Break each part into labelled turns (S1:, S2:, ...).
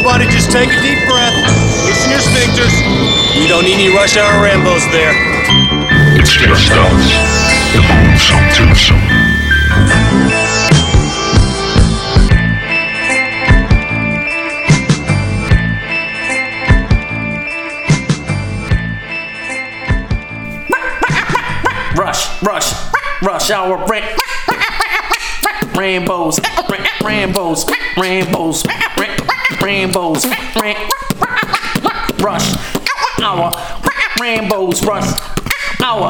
S1: Everybody just take a deep breath. Loosen your sphincters. We don't need any rush hour Rambos there.
S2: It's just us. The Boomsome Twosome.
S3: Rush hour Rambos. Rush hour Rambos. Rush hour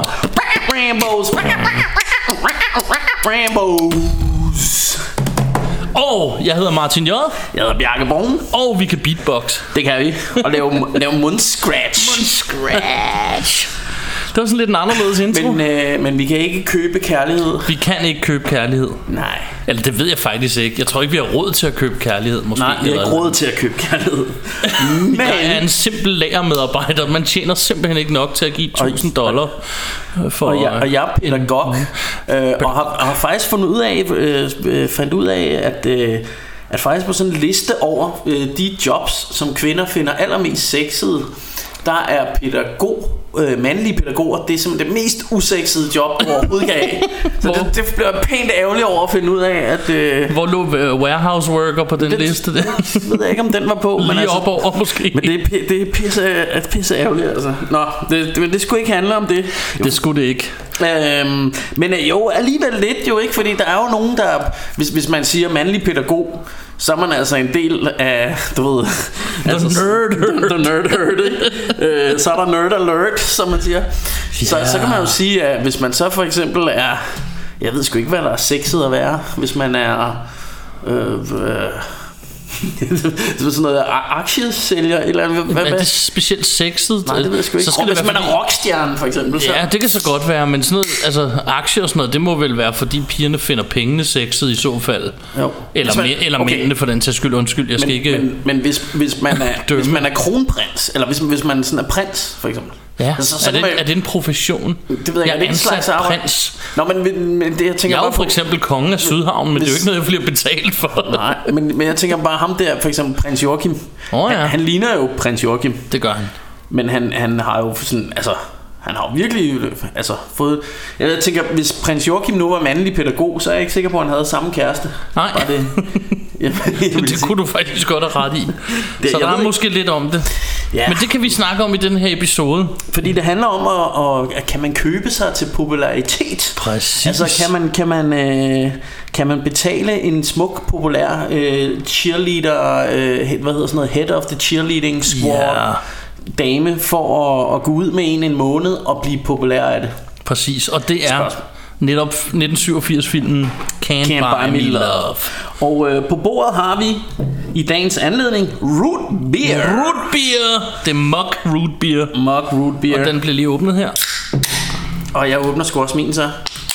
S3: Rambos.
S4: Jeg hedder Martin J.
S3: Jeg hedder Bjarke Borgen.
S4: Og vi kan beatbox.
S3: Det kan vi. Og lave mundscratch.
S4: Det var sådan lidt en anderledes intro.
S3: Men vi kan ikke købe kærlighed.
S4: Vi kan ikke købe kærlighed.
S3: Nej.
S4: Eller det ved jeg faktisk ikke. Jeg tror ikke vi har råd til at købe kærlighed. Måske.
S3: Nej, vi har ikke råd til at købe kærlighed.
S4: Men jeg er en simpel lagermedarbejder. Man tjener simpelthen ikke nok til at give $1,000 for.
S3: Og jeg er pædagog. Og har faktisk fandt ud af at faktisk på sådan en liste over de jobs som kvinder finder allermest sexede, der er mandlige pædagoger. Det er simpelthen det mest usexede job du overhovedet kan have. Så det bliver pænt ærgerligt over at finde ud af at
S4: hvor lå warehouse worker på den liste der?
S3: Jeg ved jeg ikke om den var på.
S4: Lige men op over måske.
S3: Men det er pisse ærgerligt altså. Nå, det skulle ikke handle om det.
S4: Det skulle det ikke.
S3: Men jo alligevel lidt jo ikke. Fordi der er jo nogen der hvis man siger mandlig pædagog, så er man altså en del af, du ved,
S4: the
S3: nerd herd. Så er der nerd alert, som man siger. Yeah. Så kan man jo sige, at hvis man så for eksempel er, jeg ved sgu ikke hvad der er sexet at være, hvis man er sådan noget aktiesælger eller
S4: hvad er det specielt sexet?
S3: Nej, det ved jeg sgu ikke. Så hvis man er rockstjerne for eksempel så.
S4: Ja, det kan så godt være. Men sådan noget, altså aktier og sådan noget, det må vel være fordi pigerne finder pengene sexet i så fald. Jo. Eller mændene for den til skyld. Undskyld, jeg skal ikke.
S3: Men hvis man er hvis man er kronprins, eller hvis man sådan er prins for eksempel.
S4: Ja, så er det en profession?
S3: Det ved jeg ikke.
S4: Jeg er ansat prins.
S3: Nå, men det jeg tænker
S4: jeg er jo for eksempel kongen af Sydhavnen, men det er jo ikke noget jeg bliver betalt for.
S3: Nej, men jeg tænker bare ham der, for eksempel prins Joachim. Han ligner jo prins Joachim.
S4: Det gør han. Men
S3: han har jo sådan, altså han har jo virkelig fået. Jeg tænker, hvis prins Joachim nu var mandlig pædagog, så er jeg ikke sikker på, at han havde samme kæreste.
S4: Nej. Det kunne du faktisk godt have ret i. Så der er måske lidt om det. Ja. Men det kan vi snakke om i den her episode.
S3: Fordi det handler om at kan man købe sig til popularitet.
S4: Præcis.
S3: Altså kan man betale en smuk populær cheerleader, hvad hedder sådan noget, head of the cheerleading squad, dame for at gå ud med en måned og blive populær af det.
S4: Præcis. Og det er netop 1987 filmen Can't Buy Me Love.
S3: Og på bordet har vi i dagens anledning root beer.
S4: Det er Mug Root Beer. Og den bliver lige åbnet her.
S3: Og jeg åbner sgu også min så.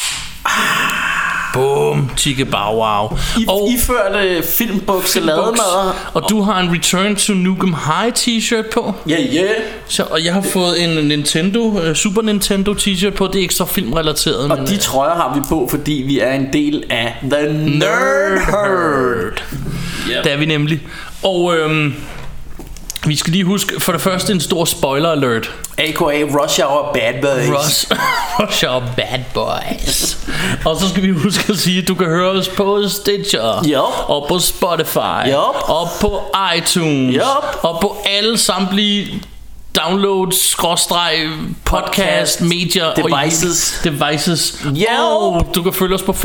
S4: Boom, tikke bow wow.
S3: Og iførte filmbukser lademader.
S4: Og du har en Return to Nukem High t-shirt på.
S3: Ja, yeah.
S4: Og jeg har fået en Super Nintendo t-shirt på. Det er ikke så filmrelateret.
S3: Og de trøjer har vi på, fordi vi er en del af The Nerd Herd.
S4: Yep. Det er vi nemlig. Og vi skal lige huske for det første en stor spoiler alert.
S3: AKA Rush Hour Bad Boys.
S4: Rush Hour Bad Boys. Og så skal vi huske at sige, at du kan høre os på Stitcher, og på Spotify, og på iTunes, og på alle samtlige downloads, podcast, medier devices. Og du kan følge os på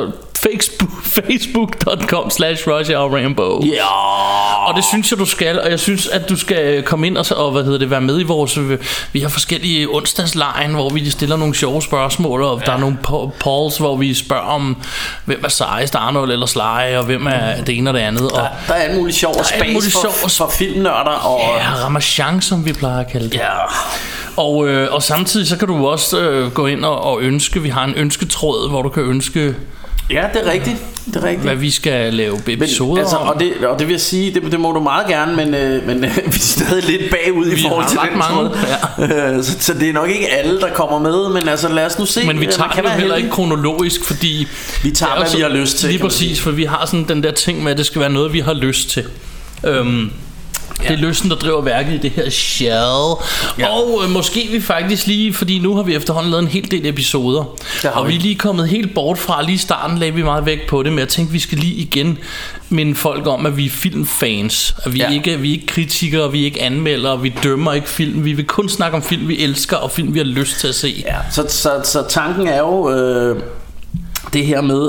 S4: facebook.com/RushHourRambo. Og det synes jeg du skal. Og jeg synes at du skal komme ind og være med i vores. Vi har forskellige onsdagslejen, hvor vi stiller nogle sjove spørgsmål. Og der er nogle polls, hvor vi spørger om hvem er sejest, Arnold eller Sly, og hvem er det ene og det andet. Og
S3: der er alt muligt sjov og space for filmnørder og
S4: ramachan, som vi plejer at kalde det. Og samtidig så kan du også gå ind og ønske. Vi har en ønsketråd, hvor du kan ønske.
S3: Ja, det er rigtigt.
S4: Hvad vi skal lave episoder
S3: altså, og det vil jeg sige, det må du meget gerne, men vi er stadig lidt bagud i forhold til den mange, så det er nok ikke alle, der kommer med. Men altså lad os nu se.
S4: Men vi tager det heller ikke kronologisk, fordi
S3: vi tager hvad vi har lyst til.
S4: Lige præcis, for vi har sådan den der ting med, at det skal være noget vi har lyst til. Det er lysten, der driver værket i det her show. Og måske vi faktisk lige, fordi nu har vi efterhånden lavet en hel del episoder, og vi er lige kommet helt bort fra, lige i starten lagde vi meget vægt på det, men jeg tænkte, vi skal lige igen minde folk om, at vi er filmfans, at vi er ikke kritikere, vi er ikke anmeldere, vi dømmer ikke film, vi vil kun snakke om film, vi elsker, og film, vi har lyst til at se.
S3: Så tanken er jo det her med,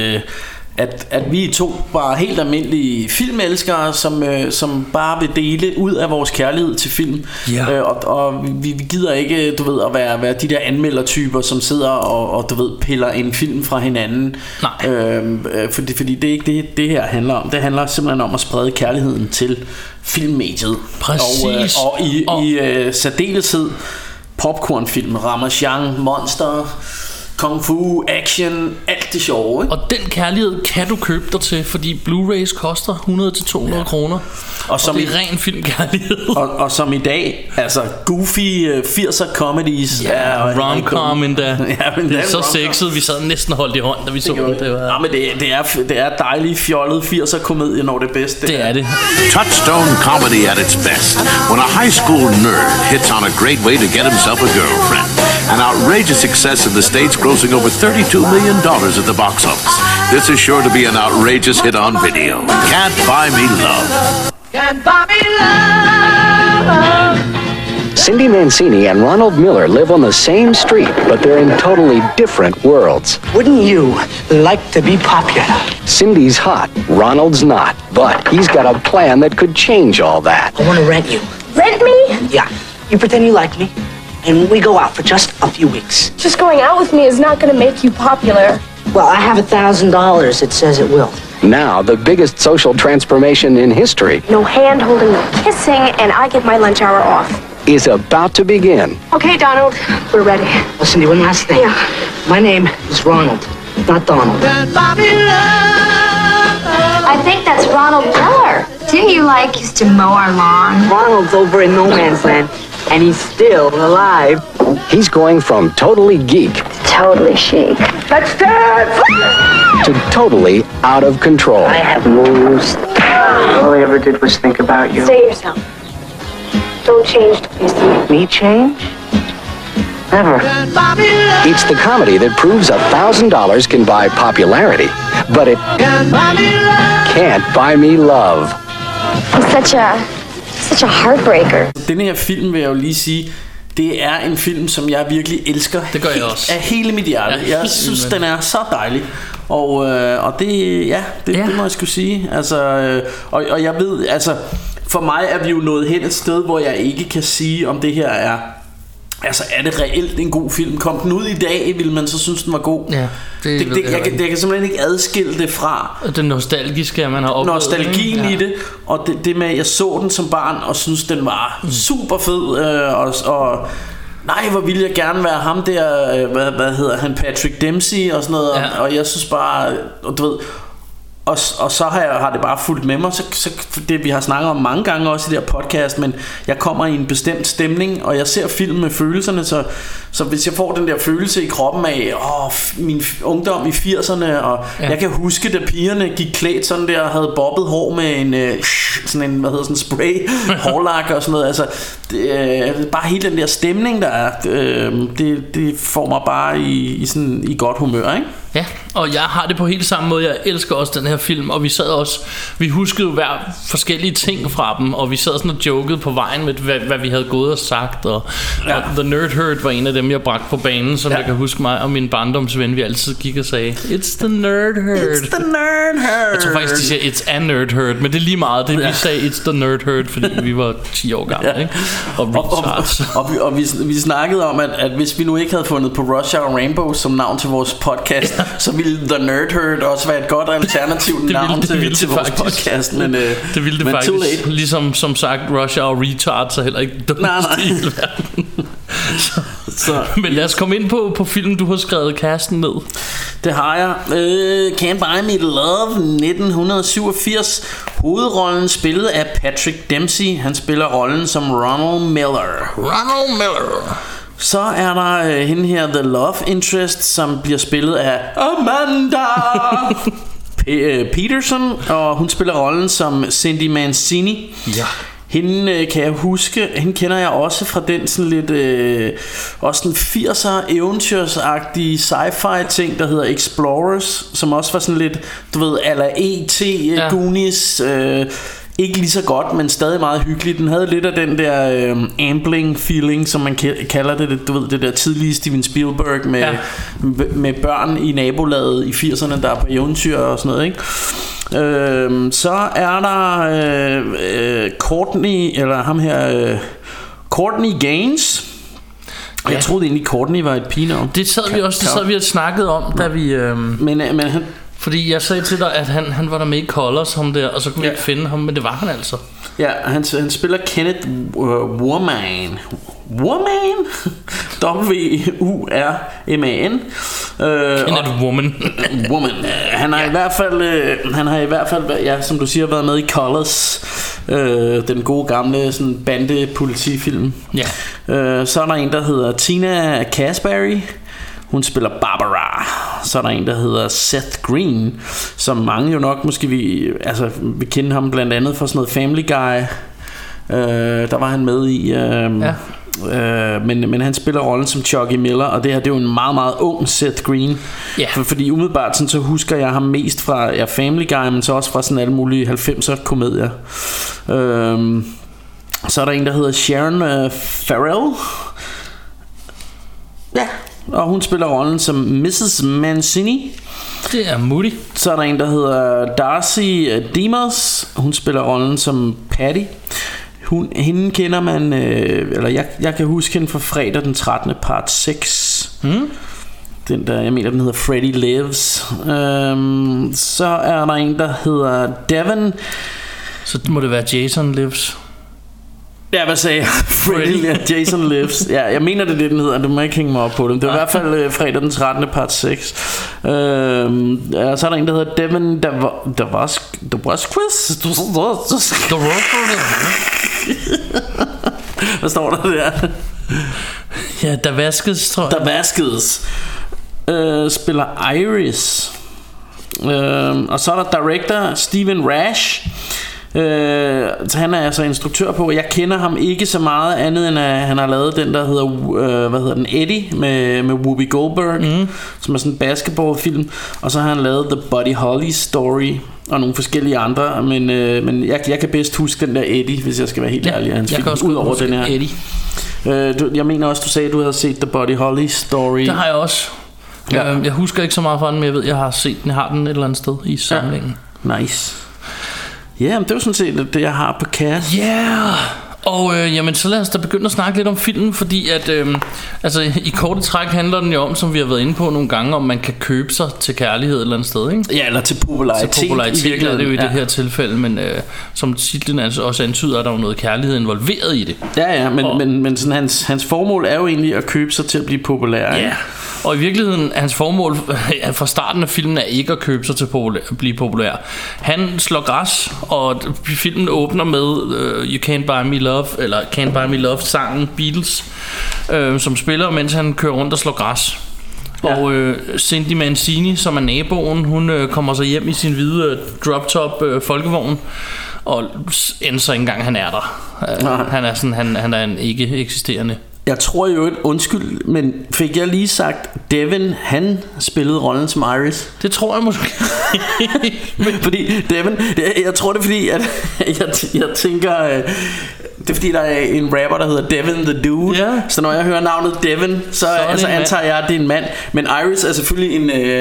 S3: at vi er to bare helt almindelige filmelskere, som bare vil dele ud af vores kærlighed til film. Og vi gider ikke, du ved, at være de der anmeldertyper, som sidder og du ved, piller en film fra hinanden. Fordi det er ikke det her handler om. Det handler simpelthen om at sprede kærligheden til filmmediet.
S4: Præcis.
S3: Og i særdeleshed popcornfilm, Ramachan, monster, kung fu, action, alt det sjove, ikke?
S4: Og den kærlighed kan du købe dig til, fordi Blu-rays koster 100-200 kroner. Og det er ren filmkærlighed.
S3: Og som i dag, altså goofy 80'er comedies.
S4: Rom-com endda. Det er så sexet, vi sad næsten holdt i hånd, da vi så det.
S3: Men det er dejlige fjollede 80'er komedie, når det er bedst.
S4: Det er det.
S5: Touchstone comedy at its best. When a high school nerd hits on a great way to get himself a girlfriend. An outrageous success in the States, grossing over $32 million at the box office. This is sure to be an outrageous hit on video. Can't Buy Me Love.
S6: Can't buy me love.
S7: Cindy Mancini and Ronald Miller live on the same street, but they're in totally different worlds.
S8: Wouldn't you like to be popular?
S7: Cindy's hot, Ronald's not, but he's got a plan that could change all that.
S8: I want to rent you.
S9: Rent me?
S8: Yeah. You pretend you like me, and we go out for just a few weeks.
S9: Just going out with me is not going to make you popular.
S8: Well, I have $1,000. It says it will.
S7: Now, the biggest social transformation in history.
S9: No hand-holding, no kissing, and I get my lunch hour off.
S7: Is about to begin.
S9: Okay, Donald, we're ready.
S8: Well, Cindy, one last thing.
S9: Yeah.
S8: My name is Ronald, not Donald.
S9: I think that's Ronald Miller. Didn't you used to mow our lawn?
S8: Ronald's over in no man's land, and he's still alive.
S7: He's going from totally geek
S9: to totally chic.
S8: Let's dance!
S7: to totally out of control.
S8: I have moves. All I ever did was think about you.
S9: Say yourself. Don't change to please me.
S8: Me change? Never.
S7: It's the comedy that proves $1,000 can buy popularity, but it can't buy me love.
S9: He's such a heartbreaker.
S3: Den her film vil jeg jo lige sige, det er en film, som jeg virkelig elsker.
S4: Det gør jeg også.
S3: Af hele mit hjerte. Jeg synes, den er så dejlig. Og det må jeg sgu sige. Altså, og jeg ved, altså, for mig er vi jo nået hen et sted, hvor jeg ikke kan sige, om det her er... Altså, er det reelt en god film? Kom den ud i dag, ville man så synes, den var god?
S4: Ja,
S3: jeg kan simpelthen ikke adskille det fra
S4: det nostalgiske, man har oplevet.
S3: Nostalgien i det. Og det med, at jeg så den som barn og synes, den var super fed. Og nej, hvor ville jeg gerne være ham der, hvad hedder han, Patrick Dempsey og sådan noget. Ja. Og jeg synes bare, du ved... Og så har det bare fulgt med mig, så det vi har snakket om mange gange også i det her podcast, men jeg kommer i en bestemt stemning, og jeg ser film med følelserne, så hvis jeg får den der følelse i kroppen af min ungdom i 80'erne, og jeg kan huske, da pigerne gik klædt sådan der, og havde bobbet hår med sådan en sådan spray hårlak og sådan noget, altså bare hele den der stemning der er, det får mig bare i godt humør, ikke?
S4: Ja, og jeg har det på helt samme måde. Jeg elsker også den her film. Og vi huskede jo hver forskellige ting fra dem. Og vi sad sådan og jokede på vejen med hvad vi havde gået og sagt. Og The Nerd Herd var en af dem jeg bragte på banen, som jeg kan huske mig og min barndomsven. Vi altid gik og sagde It's the Nerd Herd.
S3: It's the Nerd Herd.
S4: Jeg tror faktisk de siger It's a Nerd Herd, men det er lige meget det. Vi sagde It's the Nerd Herd, fordi vi var 10 år gamle, ikke?
S3: Og vi snakkede om at hvis vi nu ikke havde fundet på Rush Hour Rainbow som navn til vores podcast, så ville The Nerd Herd også være et godt alternativt navn til vores podcast. Men
S4: det ville det faktisk. Ligesom som sagt Rush Hour Retard, så heller ikke dumt i verden. Men lad os komme ind på filmen, du har skrevet casten ned.
S3: Det har jeg. Can't Buy Me Love 1987. Hovedrollen spillet af Patrick Dempsey. Han spiller rollen som Ronald Miller. Så er der hende her, The Love Interest, som bliver spillet af Amanda Peterson, og hun spiller rollen som Cindy Mancini.
S4: Ja.
S3: Hende kan jeg huske, hende kender jeg også fra den sådan lidt også en 80'er eventyrsagtige sci-fi ting, der hedder Explorers, som også var sådan lidt, du ved, a la E.T., Goonies, ikke lige så godt, men stadig meget hyggeligt. Den havde lidt af den der ambling feeling, som man kalder det, du ved, det der tidlige Steven Spielberg med børn i nabolaget i 80'erne, der er på eventyr og sådan noget, ikke? Så er der Courtney, eller ham her Courtney Gaines. Jeg troede egentlig Courtney var et pigenavn.
S4: Det sad vi og snakkede om, da vi
S3: men han,
S4: fordi jeg sagde til dig, at han var der med i Colors, ham der, og så kunne vi ikke finde ham, men det var han altså.
S3: Ja, han spiller Kenneth Woman. W-U-R-M-A-N.
S4: Kenneth Woman.
S3: Han har i hvert fald, ja, som du siger, været med i Colors, den gode gamle sådan bande-politifilm.
S4: Ja.
S3: Så er der en, der hedder Tina Casberry. Hun spiller Barbara. Så er der en, der hedder Seth Green, som mange jo nok måske vi kende ham blandt andet for sådan noget Family Guy. Der var han med i. Men han spiller rollen som Chucky Miller, og det her, det er jo en meget, meget ung Seth Green. Fordi umiddelbart sådan, så husker jeg ham mest fra Family Guy, men så også fra sådan alle mulige 90'er komedier. Så er der en, der hedder Sharon Farrell. Ja, og hun spiller rollen som Mrs. Mancini.
S4: Det er Moody.
S3: Så er der en, der hedder Darcy Demos. Hun spiller rollen som Patty. Hende kender man, eller jeg kan huske hende fra fredag den 13. part 6. Den der, jeg mener den hedder Freddy Lives. Så er der en, der hedder Devon.
S4: Så må det være Jason Lives.
S3: Ja, hvad sagde jeg? Freddy, Jason Lives. Ja, jeg mener det er det, den hedder. Du må ikke hænge mig op på det. Det er i hvert fald fredag den 13. part 6. Så er der en, der hedder Devon Davosquez. Hvad står der der?
S4: Ja, Davasquez, tror jeg.
S3: Davasquez spiller Iris. Og så er der director Stephen Rash. Så han er altså instruktør på. Jeg kender ham ikke så meget andet end at han har lavet den der hedder Eddie med Whoopi Goldberg, som er sådan en basketballfilm. Og så har han lavet The Buddy Holly Story og nogle forskellige andre. Men jeg kan bedst huske den der Eddie, hvis jeg skal være helt ærlig. Han fik ud over den her
S4: Eddie.
S3: Jeg mener også, du sagde at du havde set The Buddy Holly Story.
S4: Det har jeg også. Jeg husker ikke så meget fra den, men jeg ved jeg har set den. Jeg har den et eller andet sted i samlingen.
S3: Nice. Ja, men det er jo sådan set det, jeg har på cast.
S4: Og jamen, så lad os da begynde at snakke lidt om filmen, fordi at i korte træk handler den jo om, som vi har været inde på nogle gange, om man kan købe sig til kærlighed et eller andet sted, ikke?
S3: Ja, eller til popularitet.
S4: Til popularitet er det jo i det her tilfælde, men som titlen altså også antyder, at der er noget kærlighed involveret i det.
S3: Ja, men sådan hans formål er jo egentlig at købe sig til at blive populær.
S4: Ja. Og i virkeligheden, hans formål fra starten af filmen er ikke at købe sig til at blive populær. Han slår græs, og filmen åbner med You Can't Buy Me Love, eller Can't Buy Me Love sangen Beatles, som spiller, mens han kører rundt og slår græs. Og Cindy Mancini, som er naboen, hun kommer så hjem i sin hvide drop-top folkevogn, og end så ikke engang han er der. Han er en ikke eksisterende.
S3: Jeg tror jo ikke, undskyld, men fik jeg lige sagt Devon, han spillede rollen som Iris?
S4: Det tror jeg måske.
S3: Fordi Devon, jeg tror det er fordi at jeg tænker det er fordi der er en rapper der hedder Devon the Dude. Så når jeg hører navnet Devon, så antager jeg at det er en mand. Men Iris er selvfølgelig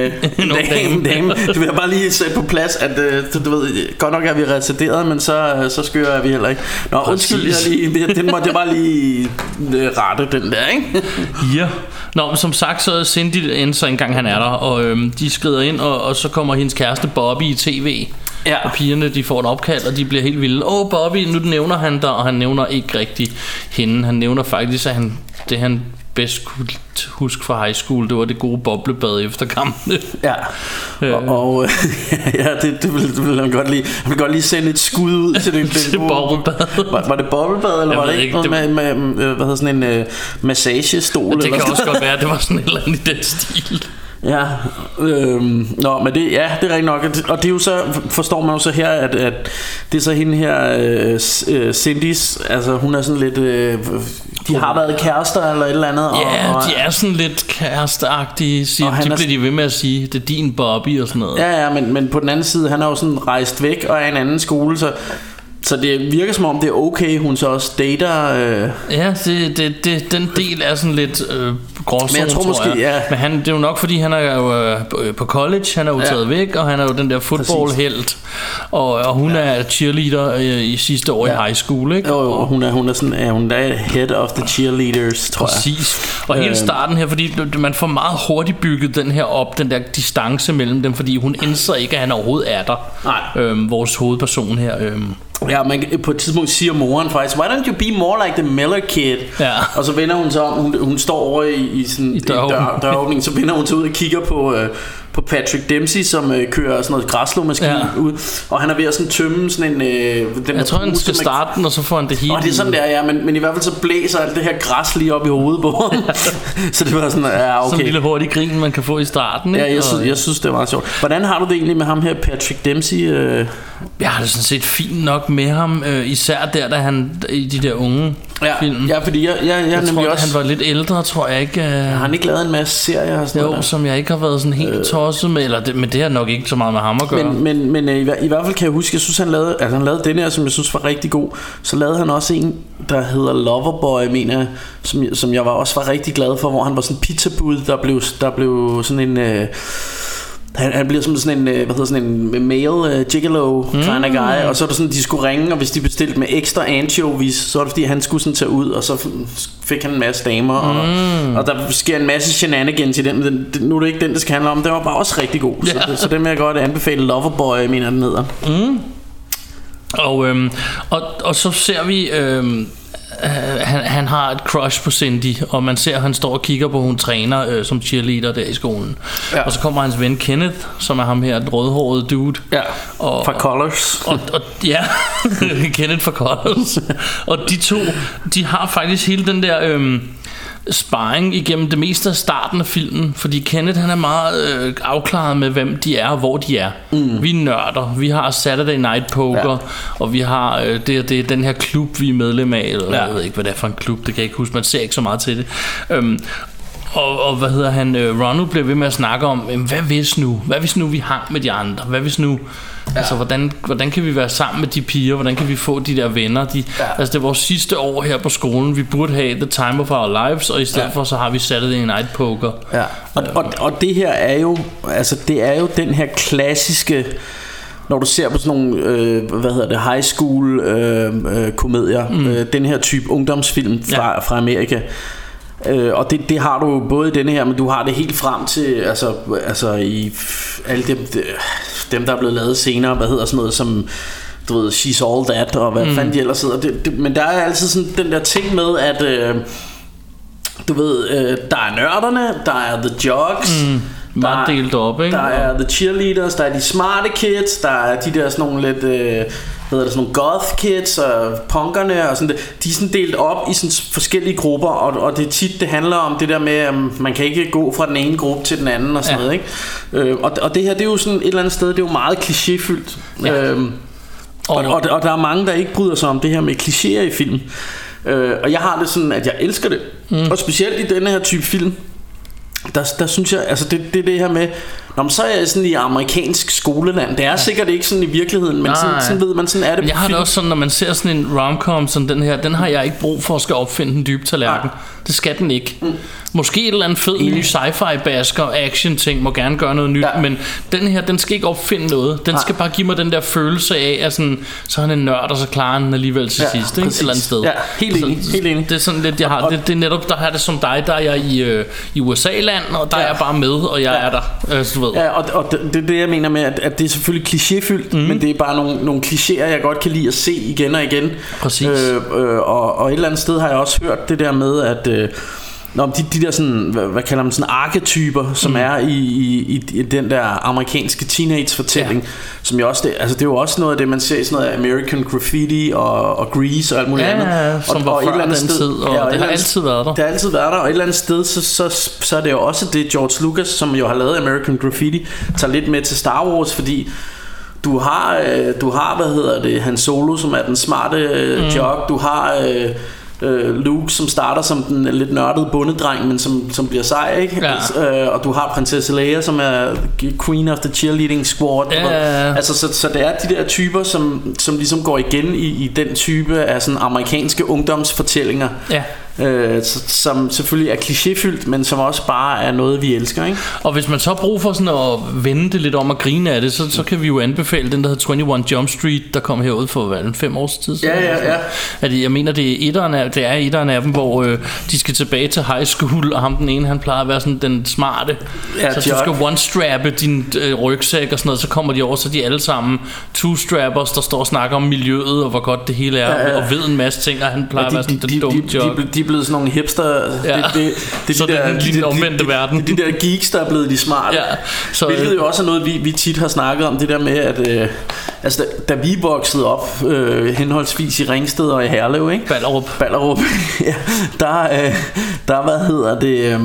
S3: en dame. Det vil jeg bare lige sætte på plads, at du ved, godt nok er vi retarderet, men så skører er vi heller ikke. Nå, undskyld, den måtte jeg bare lige rette den der, ikke?
S4: Ja. Nå, men som sagt, så er Cindy end så engang han er der, og de skrider ind, og så kommer hendes kæreste Bobby i tv. Ja. Og pigerne, de får et opkald, og de bliver helt vilde. Bobby, nu nævner han der, og han nævner ikke rigtig hende. Han nævner faktisk, at det han bedst kunne huske fra high school, det var det gode boblebad efter kampene. Ja.
S3: Og det vil han godt lide. Han vil godt lige sende et skud ud til det
S4: boblebad.
S3: Var det boblebad, eller var det ikke noget med hvad hedder sådan en massagestol?
S4: Det kan også godt være, det var sådan et eller andet i den stil.
S3: Ja, men det, ja, det er rigtig nok. Og det er jo så, forstår man jo så her, at det er så hende her, Cindy's, altså hun er sådan lidt, de har været kærester eller et eller andet.
S4: Ja, og de er sådan lidt kæresteagtige, de bliver de ved med at sige, det er din Bobby og sådan noget.
S3: Ja, men på den anden side, han er jo sådan rejst væk og er i en anden skole, så det virker som om det er okay, hun så også dater.
S4: Ja, den del er sådan lidt gråzone,
S3: men jeg tror måske, ja.
S4: Men det er jo nok fordi han er jo på college, han er jo taget væk, og han er jo den der footballhelt, og hun er cheerleader i sidste år i high school, ikke?
S3: Jo, hun er sådan, hun er head of the cheerleaders, tror jeg.
S4: Præcis. Og hele starten her, fordi man får meget hurtigt bygget den her op, den der distance mellem dem, fordi hun indser ikke, at han overhovedet er der.
S3: Nej.
S4: Vores hovedperson her.
S3: Ja, man på et tidspunkt siger moren faktisk, why don't you be more like the Miller kid?
S4: Ja.
S3: Og så vender hun så om, hun står over i sådan en døråbning, så vender hun så ud og kigger på Patrick Dempsey, som kører sådan noget græsslåmaskine ud, og han er ved at sådan tømme sådan en
S4: jeg tror han skal starte den, og så får han det hele.
S3: Og det er sådan der, ja, men i hvert fald så blæser alt det her græs lige op i hovedet på ham. Så det var sådan, ja, okay.
S4: Sådan en lille hurtig grin man kan få i starten, ikke?
S3: Ja, jeg synes det var meget sjovt. Hvordan har du det egentlig med ham her, Patrick Dempsey?
S4: Jeg har det sådan set fint nok med ham, især der, da han i de der unge film.
S3: Ja, fordi jeg
S4: tror,
S3: også,
S4: han var lidt ældre, tror jeg ikke.
S3: Har han ikke lavet en masse serier og sådan noget?
S4: Jo, som jeg ikke har været sådan helt tosset med, men det har nok ikke så meget med ham at gøre.
S3: Men i hvert fald kan jeg huske, jeg synes han lavede den her, som jeg synes var rigtig god. Så lavede han også en, der hedder Loverboy, mener jeg, som jeg også var rigtig glad for, hvor han var sådan en pizzabud, der blev sådan en han bliver som sådan en sådan en male gigolo kind of guy, og så er det sådan, de skulle ringe, og hvis de bestilte med ekstra anchovies, så er det fordi han skulle sådan tage ud, og så fik han en masse damer, og der sker en masse shenanigans i den. Nu er det ikke den, det skal handle om. Den var bare også rigtig god, så den vil jeg godt anbefale. Loverboy, mener den hedder.
S4: Og så ser vi han har et crush på Cindy, og man ser at han står og kigger på, hun træner som cheerleader der i skolen, og så kommer hans ven Kenneth, som er ham her, et rødhåret dude,
S3: fra Colors,
S4: og ja, Kenneth fra Colors. Og de to, de har faktisk hele den der sparring igennem det meste af starten af filmen, fordi Kenneth han er meget afklaret med hvem de er og hvor de er. Vi er nørder, vi har Saturday Night Poker, og vi har det er den her klub vi er medlem af, eller jeg ved ikke hvad det er for en klub, det kan jeg ikke huske, man ser ikke så meget til det. Og hvad hedder han, Ronald bliver ved med at snakke om, hvad hvis nu vi hang med de andre, hvad hvis nu, altså hvordan kan vi være sammen med de piger, hvordan kan vi få de der venner, altså det er vores sidste år her på skolen, vi burde have the time of our lives, og i stedet for så har vi Saturday Night Poker.
S3: Og det her er jo, altså det er jo den her klassiske, når du ser på sådan nogle high school komedier, den her type ungdomsfilm fra Amerika. Og det har du både i denne her, men du har det helt frem til altså i alle dem der er blevet lavet senere, hvad hedder sådan noget som, du ved, She's All That, og hvad fanden de ellers hedder. Men der er altid sådan den der ting med, at du ved, der er nørderne, der er the jocks,
S4: meget delt op, ikke?
S3: Der er the cheerleaders, der er de smarte kids, der er de der sådan nogle lidt sådan nogle goth kids og punkerne og sådan det. De er sådan delt op i sådan forskellige grupper, og det tit det handler om det der med at man kan ikke gå fra den ene gruppe til den anden og sådan noget, ikke? Og det her, det er jo sådan et eller andet sted, det er jo meget klichéfyldt. Og der er mange der ikke bryder sig om det her med klichéer i film. Og jeg har det sådan, at jeg elsker det. Og specielt i denne her type film, der synes jeg, altså det her med, så er jeg sådan i amerikansk skoleland. Det er sikkert ikke sådan i virkeligheden, men sådan ved man, sådan er det.
S4: Jeg har det også sådan, når man ser sådan en romcom som den her, den har jeg ikke brug for at skal opfinde den dybe tallerken. Det skal den ikke. Måske et eller andet fed ny sci-fi basker action ting må gerne gøre noget nyt, men den her, den skal ikke opfinde noget. Den skal bare give mig den der følelse af at sådan, så er han en nørd, og så klarer han alligevel til sidst, ikke? Et eller andet sted.
S3: Ja, helt enig.
S4: Det er sådan lidt, jeg har det er netop, der har det som dig, der er jeg i USA-land, og der er jeg bare med, og jeg er der, du ved.
S3: Ja, og det er det jeg mener med, at det er selvfølgelig klichéfyldt, men det er bare nogle klichéer jeg godt kan lide at se igen og igen.
S4: Præcis.
S3: Og et eller andet sted har jeg også hørt det der med De der sådan, hvad kalder man sådan arketyper, som er i den der amerikanske teenage-fortælling, som jo også, det er jo også noget af det, man ser i sådan noget American Graffiti og Grease og alt muligt andet.
S4: Som var før den tid, og det har altid været der.
S3: Det har altid været der, og et eller andet sted, så er det jo også det, George Lucas, som jo har lavet American Graffiti, tager lidt med til Star Wars, fordi du har hvad hedder det, Han Solo, som er den smarte jock, du har Luke, som starter som den lidt nørdede bondedreng, men som bliver sej, ikke? Og du har prinsesse Leia, som er Queen of the Cheerleading Squad. Altså, så det er de der typer, som ligesom går igen i den type af sådan amerikanske ungdomsfortællinger. Som selvfølgelig er klichéfyldt, men som også bare er noget, vi elsker, ikke?
S4: Og hvis man så har brug for sådan at vende det lidt om og grine af det, så kan vi jo anbefale den, der hedder 21 Jump Street, der kom herud for 5 års tid siden. Jeg mener, det er etteren af dem, hvor de skal tilbage til high school, og ham den ene, han plejer at være sådan den smarte. Så du skal one-strappe din rygsæk og sådan noget, så kommer de over, så de alle sammen two-strappers, der står og snakker om miljøet, og hvor godt det hele er, og ved en masse ting, og han plejer at være sådan den dumme job.
S3: De er blevet sådan nogle hipster. Det
S4: så det er den omvendte verden.
S3: De der geeks, der er blevet de smarte.
S4: Så,
S3: hvilket jo også er noget, vi tit har snakket om, det der med, at altså, da vi voksede op henholdsvis i Ringsted og i Herlev, ikke? Ballerup. Der hvad hedder det,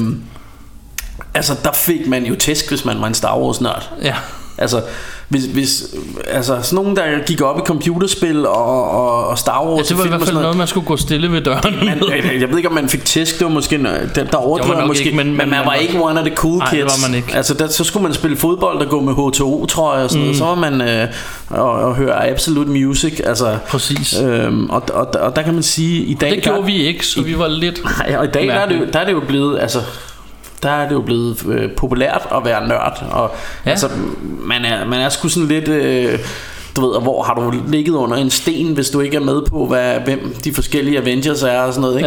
S3: altså der fik man jo tæsk, hvis man var en Star Wars nørd. Altså hvis altså sådan nogen, der gik op i computerspil og Star Wars,
S4: det var i hvert fald noget, man skulle gå stille ved døren.
S3: Jeg ved ikke, om man fik tæsk. Det var måske der overdrev måske, ikke, men man var ikke one of the cool kids.
S4: Det var man ikke.
S3: Altså så skulle man spille fodbold og gå med H2O trøje og sådan noget. Så var man og høre Absolute Music. Altså
S4: præcis.
S3: Og der kan man sige i dag,
S4: det gjorde vi ikke, så vi var lidt.
S3: Nej, og i dag der er det jo blevet, altså der er det jo blevet populært at være nørd. Og altså man er sgu sådan lidt du ved, og hvor har du ligget under en sten, hvis du ikke er med på hvem de forskellige Avengers er og sådan noget,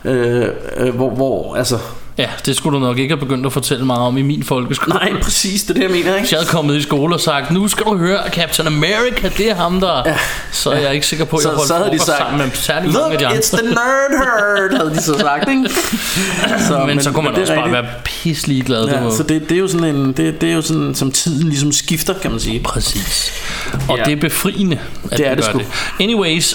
S3: ikke? Hvor altså
S4: Ja, det skulle du nok ikke have begyndt at fortælle mig om i min folkeskole.
S3: Nej, præcis, det er det, jeg mener, ikke?
S4: Jeg havde kommet i skole og sagt, nu skal du høre, Captain America, det er ham der. Ja. Så er jeg ikke sikker på, at jeg holdt frokost sammen med særlig mange af de andre.
S3: Look, it's the nerd herd, havde de så sagt, ikke?
S4: Men så kunne man også bare være pisselig glad.
S3: Ja, så det er jo sådan en, det er jo sådan, som tiden ligesom skifter, kan man sige.
S4: Præcis. Og det er befriende, at
S3: det er det sgu.
S4: Anyways,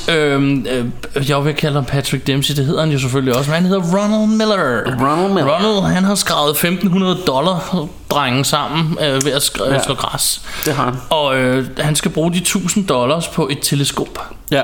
S4: jeg vil kalde ham Patrick Dempsey, det hedder han jo selvfølgelig også, men han hedder Ronald Miller. Ronald, han har skrevet $1,500 drenge sammen ved at slå græs.
S3: Det har han.
S4: Og han skal bruge de $1,000 på et teleskop.
S3: Ja.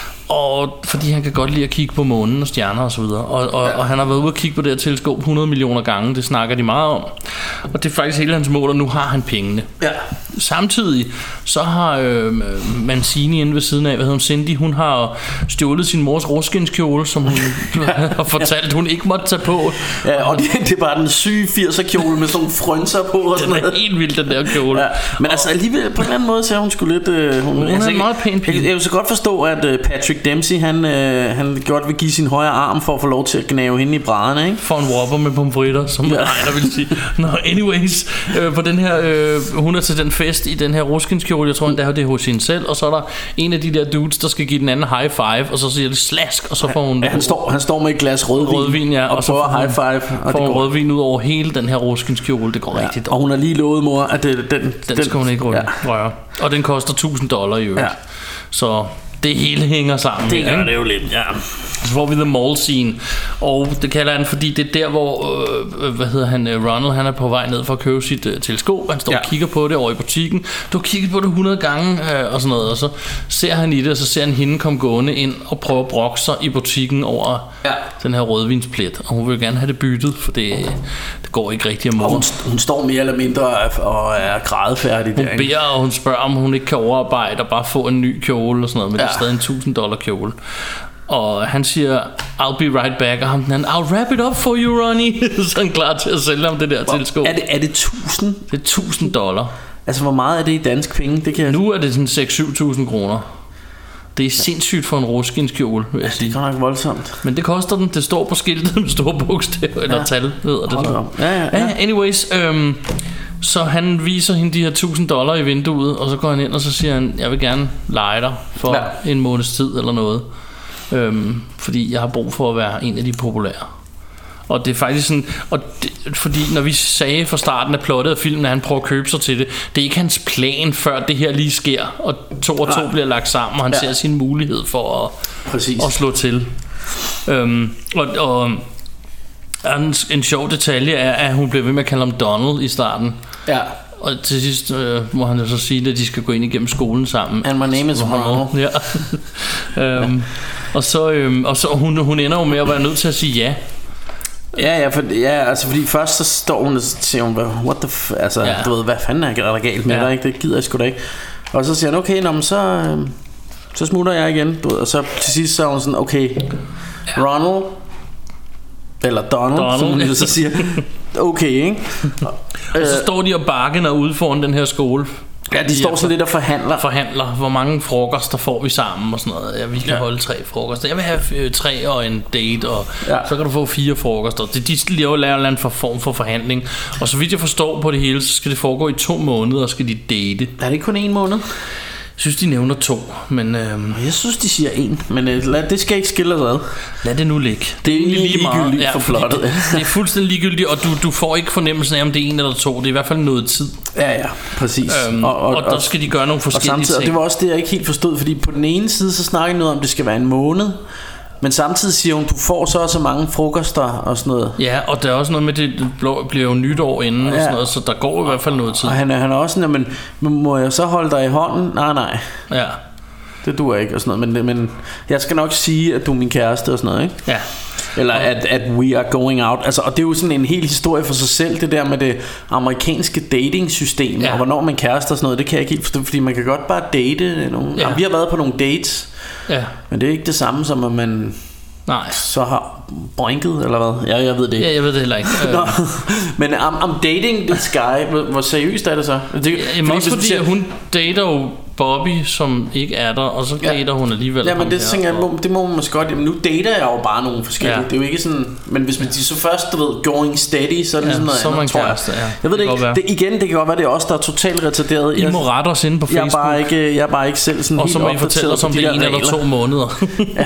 S4: Og fordi han kan godt lide at kigge på månen og stjerner og så videre. Og han har været ude at kigge på det her teleskop 100 millioner gange. Det snakker de meget om. Og det er faktisk hele hans mål, og nu har han pengene.
S3: Ja.
S4: Samtidig så har Mancini inde ved siden af, Cindy, hun har stjålet sin mors ruskinskjole, som hun har fortalt hun ikke måtte tage på.
S3: Ja, og det er bare den syge 80'er kjole med sådan nogle frynser på og sådan
S4: noget. Den er helt vild, den der kjole.
S3: Ja. Men altså alligevel på en eller anden måde så er hun sgu lidt
S4: hun er en meget pæn pige.
S3: Jeg vil så godt forstå, at Patrick Dempsey han godt vil give sin højre arm for at få lov til at gnave hende i brædderne, ikke?
S4: For en whopper med pomfritter, som der vil sige. Nå, anyways, på den her hun er til den fest i den her ruskinskjole. Jeg tror endda det er hos hende selv. Og så er der en af de der dudes, der skal give den anden high five, og så siger det slask, og så får hun
S3: han står med et glas rødvin
S4: og så får
S3: high five, og
S4: får hun rødvin ud over hele den her ruskinskjole. Det går rigtigt.
S3: Og hun har lige lovet mor, at den
S4: skal hun ikke røre. Og den koster $1,000 i øvrigt. Så det hele hænger sammen.
S3: Det gør det jo lidt, ja.
S4: Så får vi The Mall Scene. Og det kalder han, fordi det er der, hvor Ronald, han er på vej ned for at købe sit teleskop. Han står og kigger på det over i butikken. Du har kigget på det 100 gange og sådan noget. Og så ser han i det, og så ser han hende komme gående ind og prøve at brokke sig i butikken over den her rødvinsplet. Og hun vil gerne have det byttet, for det går ikke rigtig om morgen.
S3: Hun står mere eller mindre og er grædefærdig.
S4: Hun beder, og hun spørger, om hun ikke kan overarbejde og bare få en ny kjole og sådan noget. Men det er stadig en $1,000 kjole. Og han siger, I'll be right back. Og ham den anden, I'll wrap it up for you, Ronnie. Så er han klar til at sælge ham det der teleskop.
S3: Er det 1000?
S4: Det er $1,000.
S3: Altså hvor meget er det i dansk penge? Det kan
S4: nu er det sådan 6-7.000 kroner. Det er sindssygt for en ruskinskjole, vil jeg sige.
S3: Det er nok voldsomt.
S4: Men det koster den. Det står på skiltet med store bogstaver eller tal, hedder det så. Anyways, så han viser hende de her $1,000 i vinduet, og så går han ind, og så siger han, jeg vil gerne lege dig for en måneds tid eller noget. Fordi jeg har brug for at være en af de populære. Og det er faktisk sådan, fordi når vi sagde fra starten af plottet af filmen, at han prøver at købe sig til det, det er ikke hans plan, før det her lige sker, og 2 og 2 bliver lagt sammen, og han ser sin mulighed for at slå til. Og en sjov detalje er, at hun bliver ved med at kalde ham Donald i starten. Ja. Og til sidst må han jo så sige, at de skal gå ind igennem skolen sammen.
S3: And my name is Ronald.
S4: Ja. Og så hun ender jo med at være nødt til at sige ja.
S3: Altså fordi først så står hun og siger hun, what the altså du ved, hvad fanden er der galt med dig, ikke? Det gider jeg sgu da ikke. Og så siger han, okay, nå, men så smutter jeg igen, du ved. Og så til sidst så er hun sådan, okay, Ronald eller Donald, som hun jo så siger, okay, ikke?
S4: Og så står de og bakker ude foran den her skole.
S3: Ja, de står så lidt og
S4: forhandler. Hvor mange frokoster får vi sammen og sådan noget. Ja, vi kan holde 3 frokoster. Jeg vil have 3 og en date, og så kan du få 4 frokoster. De laver en form for forhandling. Og så vidt jeg forstår på det hele, så skal det foregå i 2 måneder, og skal de date.
S3: Er det ikke kun 1 måned?
S4: Jeg synes de nævner 2, men
S3: jeg synes de siger 1, men det skal ikke skille os ad.
S4: Lad det nu ligge.
S3: Det er egentlig ligegyldigt for plottet.
S4: Det er fuldstændig ligegyldigt, og du får ikke fornemmelsen af om det er 1 eller 2. Det er i hvert fald noget tid.
S3: Ja, præcis.
S4: Og der skal de gøre nogle forskellige ting.
S3: Og det var også det jeg ikke helt forstod, fordi på den ene side så snakker de noget om det skal være 1 måned. Men samtidig siger hun, du får så mange frokoster og sådan noget.
S4: Ja, og der er også noget med, det bliver jo nytår inden og sådan noget, så der går i hvert fald noget tid.
S3: Og han er også sådan, men må jeg så holde dig i hånden? Nej.
S4: Ja.
S3: Det duer ikke og sådan noget, men jeg skal nok sige, at du er min kæreste og sådan noget, ikke?
S4: Ja.
S3: Eller at we are going out. Altså, og det er jo sådan en hel historie for sig selv, det der med det amerikanske dating-system, og hvornår man kærester og sådan noget, det kan jeg ikke helt forstå, fordi man kan godt bare date nogen. Ja. Vi har været på nogle dates. Ja. Men det er ikke det samme som at man så har boinket eller hvad? Jeg ved det ikke.
S4: Ja, jeg ved det heller ikke.
S3: Men I'm dating this guy. Hvor seriøst er det så?
S4: Fordi hun dater jo Bobby, som ikke er der, og så dater hun alligevel.
S3: Ja, men det tænker jeg, det må man måske godt. Jamen, nu dater jeg jo bare nogle forskellige. Det er jo ikke sådan. Men hvis man de så først, du ved, going steady, så er det sådan noget
S4: så
S3: andet, tror jeg. Jeg ved det ikke. Det kan godt være, det er os, der er totalt retarderet.
S4: I må rette os inde på Facebook.
S3: Jeg er bare ikke selv sådan.
S4: Og så må I fortælle os om det 1 eller 2 måneder.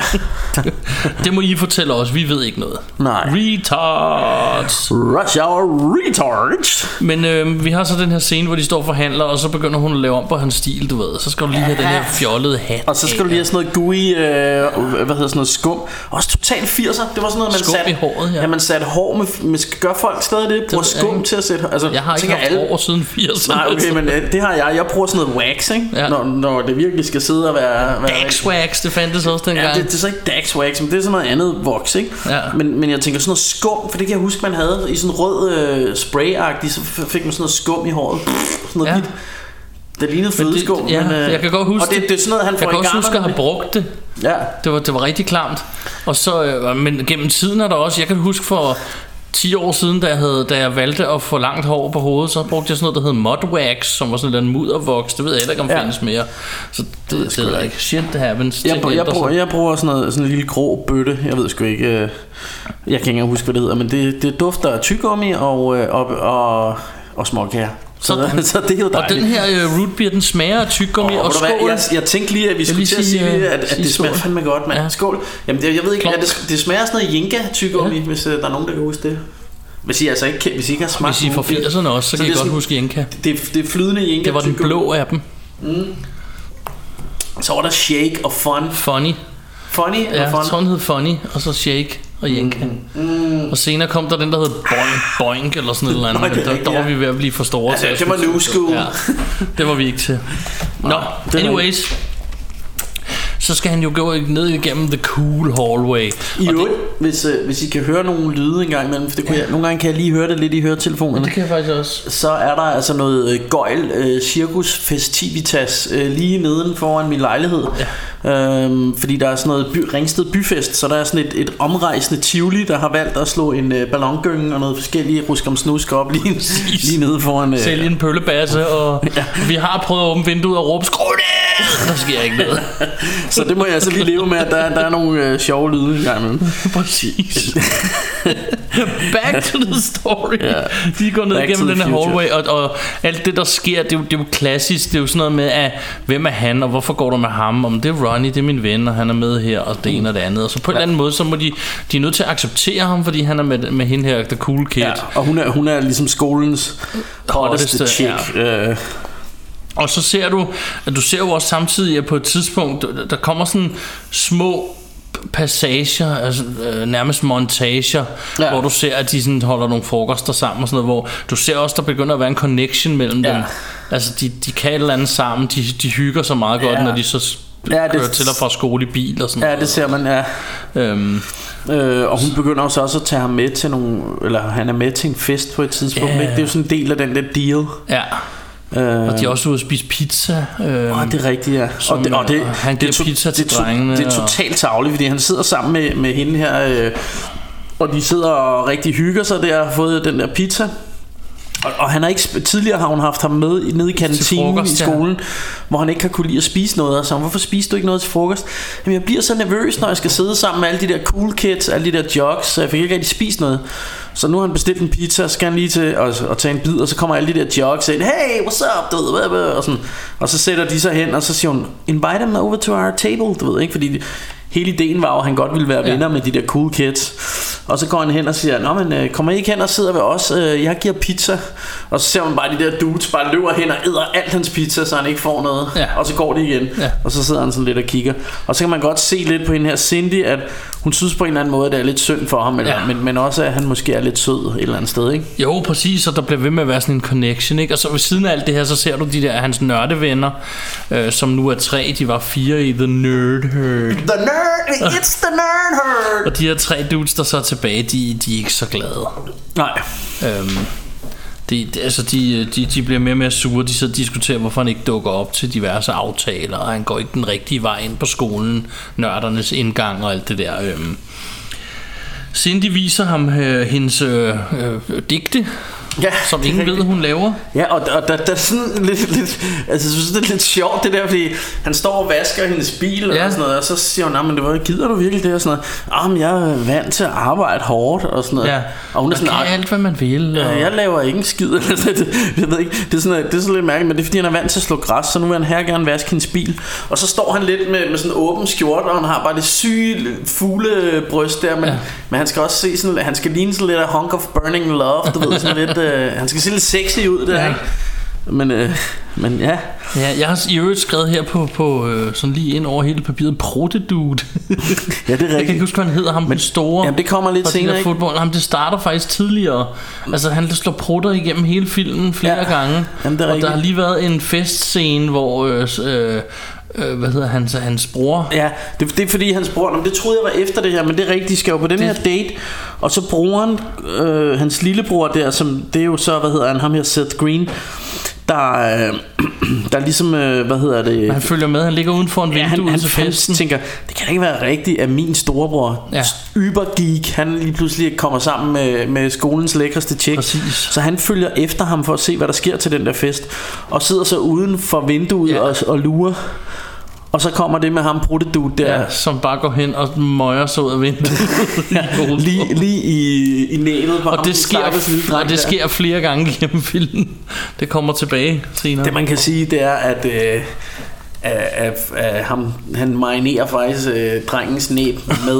S4: Det må I fortælle os. Vi ved ikke noget.
S3: Nej.
S4: Retards.
S3: Rush hour retards.
S4: Men vi har så den her scene, hvor de står og forhandler, og så begynder hun at lave om på hans stil, du ved. Så skal du lige have den her fjollede hat.
S3: Og så skal du lige have sådan noget gooey, hvad hedder sådan noget skum. Også totalt 80'er. Det var sådan noget, man
S4: skum i håret,
S3: ja. Man satte hår med gør folk stadig det? Bruger skum til at sætte. Altså,
S4: jeg har ikke haft hår siden 80'erne.
S3: Nej, okay, men det har jeg. Jeg bruger sådan noget wax, ikke? Ja. Når det virkelig skal sidde og være
S4: Dax wax, det fandtes også dengang.
S3: Ja, det er så ikke Dax wax, men det er sådan noget andet voks, ikke? Ja. Men jeg tænker sådan noget skum, for det kan jeg huske, man havde i sådan rød spray-agtig, så fik man sådan noget skum i håret. Sådan noget det lignede flødeskum.
S4: Jeg kan godt huske
S3: det er sådan noget, han får i gang.
S4: Jeg kan også huske at have brugt det.
S3: Ja.
S4: Det var rigtig klamt. Og så, men gennem tiden er der også, jeg kan huske for 10 år siden, da jeg valgte at få langt hår på hovedet, så brugte jeg sådan noget, der hed mudwax, som var sådan en muddervoks. Det ved jeg heller ikke, om findes mere. Så det ved jeg ikke. Shit happens.
S3: Jeg bruger sådan en lille grå bøtte. Jeg ved sgu ikke. Jeg kan ikke engang huske, hvad det hedder, men det dufter af tyggegummi og småkager. Så det er jo dejligt.
S4: Og den her root beer, den smager af tyggegummi og skål.
S3: Jeg tænkte lige, at vi skulle til at sige, at det smager fandme godt, mand. Skål. Jamen jeg ved ikke, det smager sådan noget Jenka tyggegummi, hvis der er nogen, der kan huske det. Hvis I altså ikke har smagt.
S4: Hvis I får 80'erne også, så kan I godt huske Jenka.
S3: Det er flydende Jenka.
S4: Det var den blå af dem.
S3: Så var der Shake og Funny. Funny?
S4: Ja, sådan hed Funny, og så Shake og Jenka. Og senere kom der den, der hed Boink eller sådan noget eller andet. Men der var vi ved at blive for store til.
S3: Det var new school.
S4: Ja, det var vi ikke til. Nå, anyways. Så skal han jo gå ned igennem the cool hallway.
S3: Hvis I kan høre nogle lyde en gang imellem, for det kunne nogle gange kan jeg lige høre det lidt i høretelefonerne.
S4: Det kan jeg faktisk også.
S3: Så er der altså noget gøjl circus festivitas lige neden foran min lejlighed. Ja. Fordi der er sådan noget Ringsted Byfest, så der er sådan et omrejsende Tivoli, der har valgt at slå en ballongynge og noget forskellige ruskom snusk op lige nede foran.
S4: Sælge en pøllebasse, og vi har prøvet at åbne vinduet og råbe skru det! Der sker ikke noget.
S3: Så det må jeg altså lige leve med, at der er nogle sjove lyde i gang med.
S4: Præcis. Back to the story. De går ned igennem den her hallway, og alt det der sker, det er jo klassisk. Det er jo sådan noget med, at hvem er han, og hvorfor går du med ham? Om det er Ronnie, det er min ven, og han er med her, og det ene og det andet. Og så på en eller anden måde, så må de er nødt til at acceptere ham, fordi han er med hende her, the cool kid. Ja,
S3: og hun er ligesom skolens hotteste chick. Ja.
S4: Og så ser du jo også samtidig, at på et tidspunkt der kommer sådan små passager, altså nærmest montager, hvor du ser, at de sådan holder nogle frokoster sammen og sådan noget, hvor du ser også, der begynder at være en connection mellem dem. Altså de kan et eller andet sammen, de hygger så meget godt, når de så kører til og fra skole i bil og sådan noget.
S3: Ja, det ser man, og hun begynder også at tage ham med til han er med til en fest på et tidspunkt. Det er jo sådan en del af den der deal.
S4: Ja. Og de er også ude at spise pizza.
S3: Det er rigtigt, ja.
S4: Han giver pizza til drengene.
S3: Det er totalt tarveligt, fordi han sidder sammen med hende her, og de sidder og rigtig hygger sig der, og har fået den der pizza. Og han har ikke tidligere har hun haft ham med nede i kantinen i skolen, hvor han ikke har kunne lide at spise noget. Og så hvorfor spiser du ikke noget til frokost? Jamen jeg bliver så nervøs, når jeg skal sidde sammen med alle de der cool kids, alle de der jocks, så jeg fik ikke rigtig spist noget. Så nu har han bestilt en pizza, så skal han lige til at tage en bid, og så kommer alle de der jocks ind, hey, what's up, du ved, og sådan. Og så sætter de sig hen, og så siger hun, invite them over to our table, du ved ikke, fordi hele ideen var jo, at han godt ville være venner med de der cool kids. Og så går han hen og siger, nå, men kommer I ikke hen og sidder ved os? Jeg giver pizza. Og så ser man bare de der dudes bare løber hen og æder alt hans pizza, så han ikke får noget. Og så går det igen. Og så sidder han sådan lidt og kigger. Og så kan man godt se lidt på hende her Cindy, at hun synes på en eller anden måde, at det er lidt synd for ham, men også at han måske er lidt sød et eller andet sted, ikke?
S4: Jo, præcis, og der bliver ved med at være sådan en connection, ikke? Og så ved siden af alt det her, så ser du de der hans nørdevenner, som nu er 3, de var 4 i The Nerd Herd. The
S3: Nerd, it's the Nerd Herd.
S4: Og de her 3 dudes, der så er tilbage, de er ikke så glade.
S3: Nej.
S4: De bliver mere og mere sure. De sidder og diskuterer, hvorfor han ikke dukker op til diverse aftaler, og han går ikke den rigtige vej ind på skolen, nørdernes indgang og alt det der. Cindy viser ham hendes digte, som ingen ved hun laver.
S3: Ja, og der er sådan lidt altså jeg synes det er lidt sjovt det der, fordi han står og vasker hendes bil og sådan noget, og så siger hun, men det gider du virkelig det og sådan noget. Men jeg er vant til at arbejde hårdt og sådan noget.
S4: Ja.
S3: Og hun er
S4: sådan, kan alt hvad man vil.
S3: Og jeg laver ikke en skid. Jeg ved ikke, det er sådan lidt mærkeligt, men det er fordi han er vant til at slå græs, så nu vil han her gerne vaske hendes bil. Og så står han lidt med sådan en åben skjorte, og han har bare det syge fuglebryst der, men han skal også se sådan, han skal ligne sådan lidt af hunk of burning love, du ved, sådan lidt. Han skal se lidt sexy ud der, ikke? Men ja.
S4: Ja, jeg har i øvrigt skrevet her på sådan lige ind over hele papiret Protedude.
S3: Ja, det er rigtigt.
S4: Jeg kan ikke huske hvad han hedder, ham den store.
S3: Jamen det kommer lidt senere, ikke?
S4: Ham det starter faktisk tidligere. Altså han slår prutter igennem hele filmen flere gange.
S3: Jamen, det er rigtigt.
S4: Og der har lige været en festscene hvor hvad hedder hans bror?
S3: Ja, det er fordi hans bror, det troede jeg var efter det her, men det er rigtigt, de skal jo på den her date. Og så broren, hans lillebror der, som det er jo så, hvad hedder han, ham her Seth Green, der ligesom, hvad hedder det?
S4: Men han følger med, han ligger uden for en vindue til festen.
S3: Han tænker, det kan ikke være rigtigt, at min storebror, ybergeek, han lige pludselig kommer sammen med skolens lækreste chick. Så han følger efter ham for at se, hvad der sker til den der fest, og sidder så uden for vinduet og lurer. Og så kommer det med ham Protedude der,
S4: som bare går hen og møjer sig ud af vinduet.
S3: lige i næbet på
S4: og
S3: ham.
S4: Det sker flere gange gennem filmen. Det kommer tilbage senere.
S3: Det man kan sige, det er at han marinerer faktisk drengens næb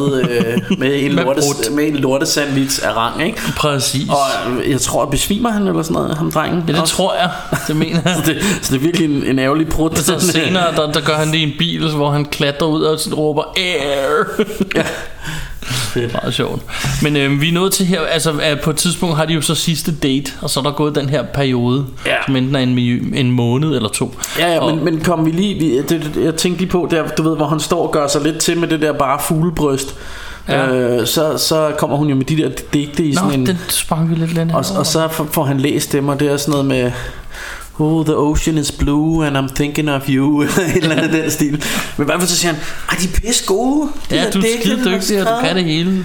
S3: med en lortesandwich af rang, ikke?
S4: Præcis.
S3: Og jeg tror, besvimer han eller sådan noget, ham drengen.
S4: Ja, det tror jeg. Det mener jeg.
S3: så det er virkelig en ærgerlig prut.
S4: Så senere der gør han det i en bil, hvor han klatrer ud og råber air. Ja. Det er meget sjovt. Men vi er nået til her, altså på et tidspunkt har de jo så sidste date, og så er der gået den her periode, som enten er en måned eller 2.
S3: Men kom vi lige, jeg tænkte lige på der, du ved, hvor han står og gør sig lidt til med det der bare fuglebryst. Så kommer hun jo med de der digte i sådan en.
S4: Den sprang vi lidt længere.
S3: Og så får han læst dem, og det er sådan noget med oh, the ocean is blue and I'm thinking of you, eller andet den stil. Men i hvert fald så siger han, de er pisse gode.
S4: Du er skide dygtig, og du kan det hele.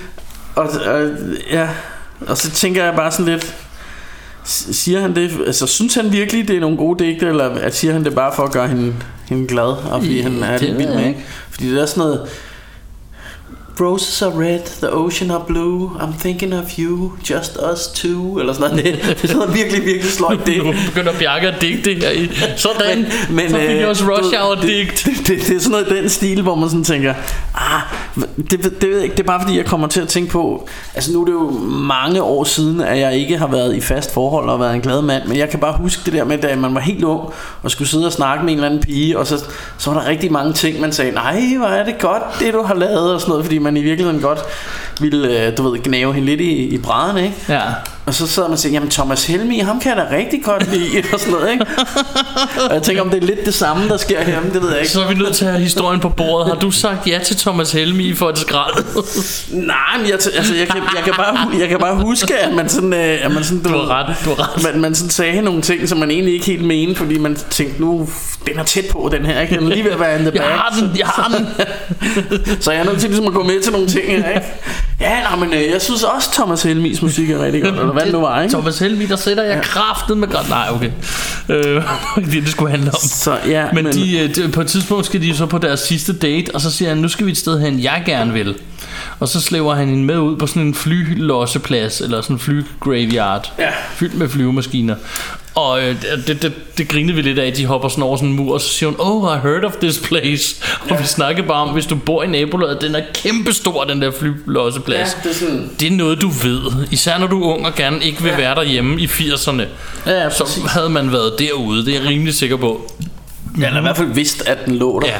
S3: Og så tænker jeg bare sådan lidt, siger han det, altså synes han virkelig det er nogle gode digte, eller siger han det bare for at gøre hende glad, og fordi han er lidt vild med, ikke? Fordi det er sådan noget, Roses are red, the ocean are blue, I'm thinking of you, just us two. Eller sådan noget. Det er sådan noget virkelig, virkelig sløjt det.
S4: Nu begynder Bjarke at digte her i. Sådan, men, så fik jeg også Rush Hour digt.
S3: Det er sådan noget i den stil, hvor man sådan tænker, det ved jeg ikke. Det er bare fordi jeg kommer til at tænke på, altså nu er det jo mange år siden, at jeg ikke har været i fast forhold og været en glad mand. Men jeg kan bare huske det der med, da man var helt ung og skulle sidde og snakke med en eller anden pige, og så var der rigtig mange ting, man sagde, nej, hvor er det godt, det du har lavet, og sådan noget, fordi man i virkeligheden godt ville, du ved, gnave hende lidt i brædderne, ikke?
S4: Ja.
S3: Og så sidder man og siger, jamen Thomas Helmig, ham kan jeg da rigtig godt lide, og sådan noget, ikke? Og jeg tænker, om det er lidt det samme, der sker her, men det ved jeg ikke.
S4: Så er vi nødt til at have historien på bordet. Har du sagt ja til Thomas Helmig for et skrald?
S3: Nej, men jeg kan bare huske, at man sådan,
S4: du har ret.
S3: Man sådan sagde nogle ting, som man egentlig ikke helt mente, fordi man tænkte, nu, den er tæt på, den her, ikke? Den er lige ved at være in the bag.
S4: Jeg har den.
S3: Så jeg er nødt til ligesom at gå med til nogle ting her, ikke? Ja, men jeg synes også, Thomas Helmigs musik er rigtig godt, eller hvad det nu var, ikke?
S4: Thomas Helmig, der sætter jeg kraftet med græd. Nej, okay. Det skulle handle om.
S3: Så, ja,
S4: men de, på et tidspunkt skal de så på deres sidste date, og så siger han, nu skal vi et sted hen, jeg gerne vil. Og så slæver han hende med ud på sådan en flylosseplads, eller sådan en flygraveyard, fyldt med flyvemaskiner. Og det grinede vi lidt af. De hopper sådan over sådan en mur, og så siger hun, I heard of this place. Og vi snakker bare om, hvis du bor i nabolaget, den er kæmpestor, den der flylosseplads. Det er noget du ved. Især når du er ung og gerne ikke vil være derhjemme i 80'erne. Så havde man været derude. Det er jeg rimelig sikker på.
S3: Jeg har i hvert fald vidst, at den lå der.
S4: Ja.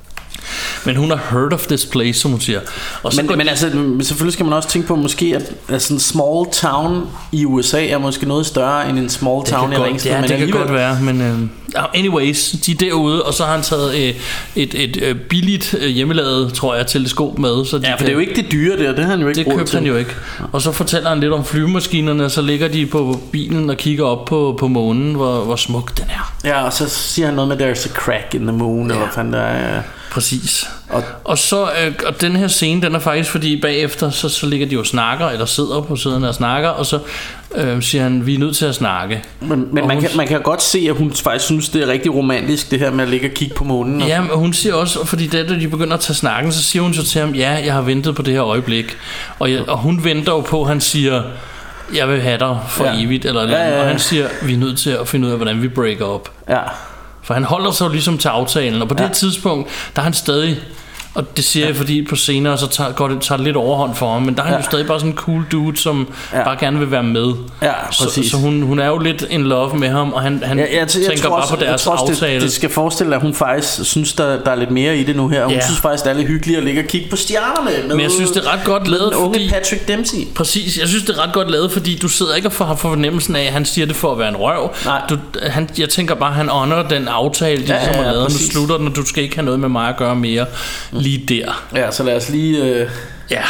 S4: Men hun har heard of this place, som hun siger. Og så
S3: men altså, selvfølgelig skal man også tænke på måske, at sådan en small town i USA er måske noget større end en small town i Ringsted.
S4: Ja, det kan godt være. Men anyways, de er derude, og så har han taget et billigt hjemmelavet, tror jeg, teleskop med. Så
S3: for det er jo ikke det dyre der, det har han jo ikke
S4: det købte han jo ikke. Og så fortæller han lidt om flyvemaskinerne, og så ligger de på bilen og kigger op på månen, hvor smuk den er.
S3: Ja, og så siger han noget med, there's a crack in the moon, eller hvad fanden der er.
S4: Præcis. Og så og den her scene, den er faktisk, fordi bagefter så ligger de jo og snakker, eller sidder på sæderne og snakker, og så siger han, vi er nødt til at snakke.
S3: Men man kan godt se, at hun faktisk synes, det er rigtig romantisk, det her med at ligge og kigge på månen.
S4: Ja, men hun siger også, fordi da de begynder at tage snakken, så siger hun så til ham, ja, jeg har ventet på det her øjeblik. Og hun venter jo på, han siger, jeg vil have dig for evigt, eller noget. Og han siger, vi er nødt til at finde ud af, hvordan vi breaker op.
S3: Ja.
S4: For han holder sig jo ligesom til aftalen. Og på det tidspunkt, der er han stadig, og det siger jeg, fordi på senere så tager det lidt overhånd for ham, men der er han jo stadig bare sådan en cool dude, som bare gerne vil være med.
S3: Ja, præcis.
S4: Så hun er jo lidt in love med ham, og han tænker bare på deres aftale.
S3: Det skal forestille, at hun faktisk synes, der er lidt mere i det nu her. Hun synes faktisk, det er lidt hyggeligt at ligge og kigge på stjernerne.
S4: Men jeg synes, det er ret godt lavet,
S3: unge Patrick Dempsey.
S4: Præcis, jeg synes, det er ret godt lavet, fordi du sidder ikke og får fornemmelsen af, at han siger det for at være en røv. Jeg tænker bare, at han honor den aftale, de har lavet. Nu slutter den, og du skal ikke have noget med mig at gøre mere lige der.
S3: Ja, så lad os lige...
S4: Ja.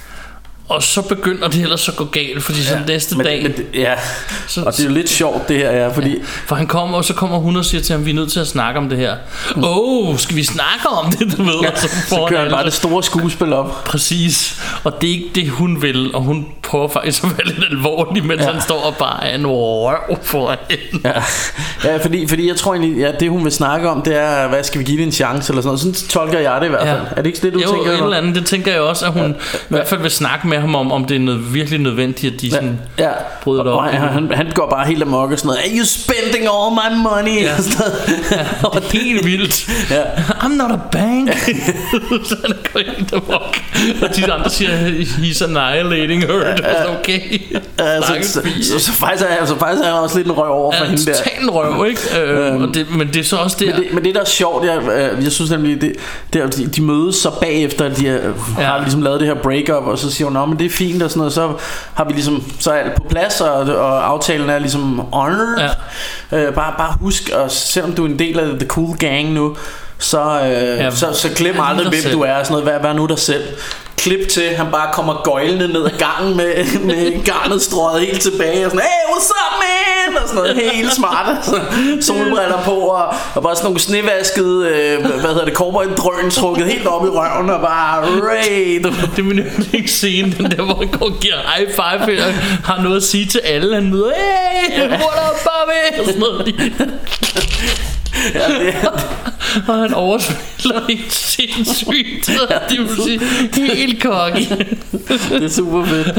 S4: Og så begynder det ellers at gå galt, fordi så næste dag...
S3: og det er jo lidt sjovt det her, fordi...
S4: For han kommer, og så kommer hun og siger til ham, vi er nødt til at snakke om det her. Skal vi snakke om det, du ved?
S3: Så kører han bare det store skuespil op.
S4: Præcis. Og det er ikke det, hun vil, og hun prøver faktisk at være lidt alvorlig, mens han står og bare er en røv for hende.
S3: Ja, fordi jeg tror egentlig, det hun vil snakke om, det er, hvad skal vi give det en chance, eller sådan noget. Sådan tolker jeg det i hvert fald. Er det ikke det, du tænker?
S4: Jo, et eller andet, det tænker jeg også, at hun i hvert fald vil snakke med ham om det er virkelig nødvendigt, at de sådan bryder det op.
S3: Han går bare helt amok og sådan noget. Are you spending all my money?
S4: Ja. Og det er helt vildt. I'm not a bank. Så han går helt amok. Og de andre siger, he's annihilating her. Det er okay.
S3: Så faktisk er han også lidt en røv over for hende der.
S4: Total en røv, ikke? Men det er så også det.
S3: Men det der er sjovt, jeg synes nemlig, de mødes så bagefter, de har ligesom lavet det her breakup, og så siger hun, men det er fint og sådan noget, så har vi ligesom, så er alt på plads, og aftalen er ligesom honored. Bare husk, og selvom du er en del af the cool gang nu, så glem aldrig hvem du er og sådan noget. Vær nu dig selv. Klip til, han bare kommer gøjlende ned ad gangen med garnet strøget helt tilbage og sådan, hey, what's up, man? Og sådan noget, helt smart. Solbriller på, og bare sådan nogle snevaskede, cowboy-drøn trukket helt op i røven, og bare,
S4: det er min yndlingsscene, den der, hvor han går og giver high five, og har noget at sige til alle, han møder, hey, what up, Bobby? Og sådan noget. Og han overspiller helt sindssygt. Det vil sige helt cocky.
S3: Det er super fedt.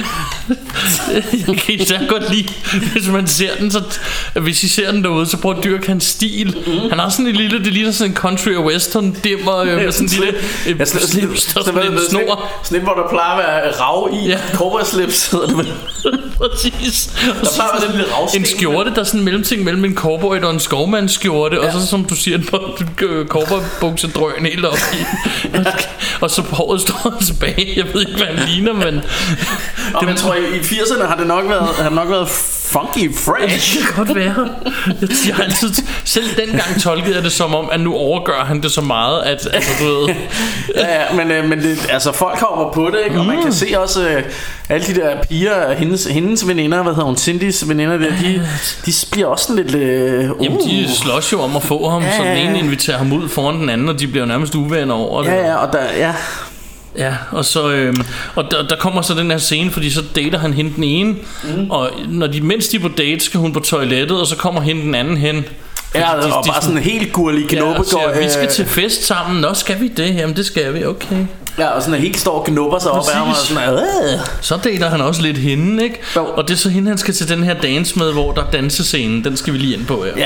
S4: Jeg kan især godt lide, hvis man ser den, så hvis I ser den derude, så prøv at dyrke hans stil. Han har sådan en lille, det ligner sådan en country og western dimmer med sådan en lille slips og sådan en snor.
S3: Sådan en, hvor der plejer at være rav i. Cowboy-slips hedder det vel.
S4: Præcis.
S3: Der plejer at være sådan
S4: en skjorte, der er sådan en mellemting mellem en cowboy og en skovmandsskjorte, og så som du siger, en cowboybuksedrøn helt op i. Og så på håret står han tilbage. Jeg ved ikke, hvad han ligner, men
S3: og man tror, i 80'erne har det nok været funky fresh.
S4: Det kan godt være. Jeg har altid, selv dengang tolkede jeg det som om, at nu overgør han det så meget, at altså, du ved.
S3: men det, altså folk hopper på det, ikke? Og man kan se også alle de der piger, hendes veninder, hvad hedder hun, Cindys veninder der, de bliver også sådan lidt
S4: Jamen de slås jo om at få ham, så den ene inviterer ham ud foran den anden, og de bliver nærmest uvenner over det. Ja, og så der kommer så den her scene, fordi så dater han hende den ene, og mens de er på date, skal hun på toilettet, og så kommer hende den anden hen.
S3: Ja, og bare sådan en helt gurlig knoppegård.
S4: Vi skal til fest sammen. Nå, skal vi det? Jamen det skal vi, okay.
S3: Ja, og sådan en helt står og knupper sig op af ham, og sådan
S4: så dater han også lidt hende, ikke? Jo. Og det er så hende, han skal til den her dance med, hvor der er dansescenen. Den skal vi lige ind på.
S3: Ja,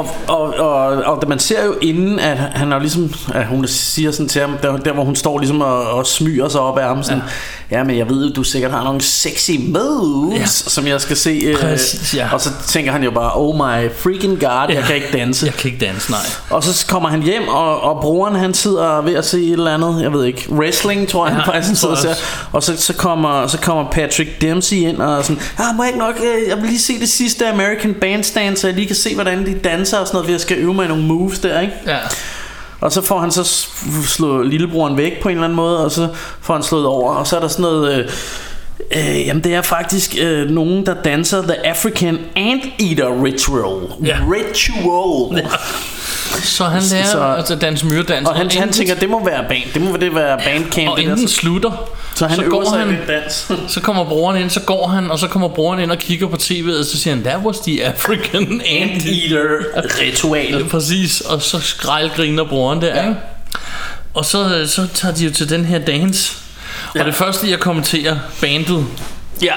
S3: og man ser jo inden, at han er ligesom, at hun siger sådan til ham, der hvor hun står ligesom og smyger sig op af ham, sådan, ja, men jeg ved jo, du sikkert har nogle sexy moves, som jeg skal se.
S4: Præcis, ja.
S3: Og så tænker han jo bare, oh my freaking god, jeg kan ikke danse.
S4: Jeg kan ikke danse, nej.
S3: Og så kommer han hjem, og broren han sidder ved at se et eller andet, jeg ved ikke, wrestling, tror jeg, han faktisk sidder og ser. Og så kommer Patrick Dempsey ind og sådan, må jeg ikke nok, jeg vil lige se det sidste American Bandstand, så jeg lige kan se, hvordan de danser og sådan noget, for jeg skal øve mig i nogle moves der, ikke? Ja. Og så får han så slået lillebroren væk på en eller anden måde, og så får han slået over, og så er der sådan noget jamen det er faktisk nogen der danser The African Anteater Ritual. Ritual.
S4: Ja. Så han lærer altså danse myredans.
S3: Og han tænker, det må være bandcamp.
S4: Og inden slutter, så går han, så kommer broren ind, så går han, og så kommer broren ind og kigger på tv'et, og så siger han, that was the African Anteater
S3: Ritual.
S4: Præcis, og så skrælgriner broren der, ikke? Og så tager de jo til den her dance. Og det første jeg kommenterer, bandet.
S3: Ja.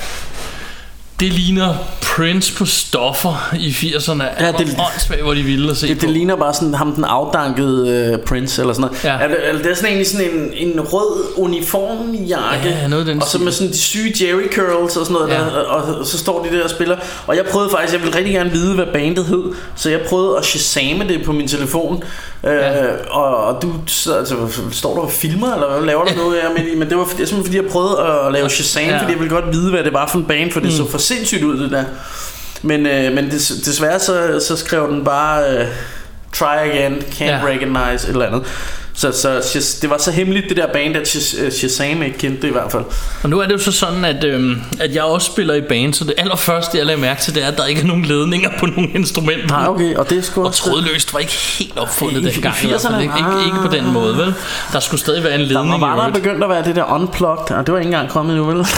S4: Det ligner Prince på stoffer i 80'erne. Ja, det er åndssvagt, hvor de ville at se
S3: det ligner bare sådan ham den afdankede Prince eller sådan noget. Ja. Det er sådan egentlig sådan en rød uniformjakke, og så med sådan de syge Jerry curls og sådan noget der, og så står de der og spiller. Og jeg prøvede faktisk, jeg ville rigtig gerne vide hvad bandet hed, så jeg prøvede at shazame det på min telefon. Og du står der og filmer eller hvad laver du noget her, men det var simpelthen fordi jeg prøvede at lave shazam, fordi jeg ville godt vide hvad det var for en band, for det så for sindssygt ud det der. Men desværre så skrev den bare try again, can't recognize et eller andet. Så det var så hemmeligt det der band, at Shazam ikke kendte det i hvert fald.
S4: Og nu er det jo så sådan at jeg også spiller i band, så det allerførste jeg lagde mærke til, det er at der ikke er nogen ledninger på nogen instrumenter.
S3: Nej, okay, og det skulle også
S4: trådløst var ikke helt opfundet dengang. Ikke på den måde, vel? Der skulle stadig være en ledning.
S3: Der begyndt at være det der unplugged, og det var ikke engang kommet nu, vel?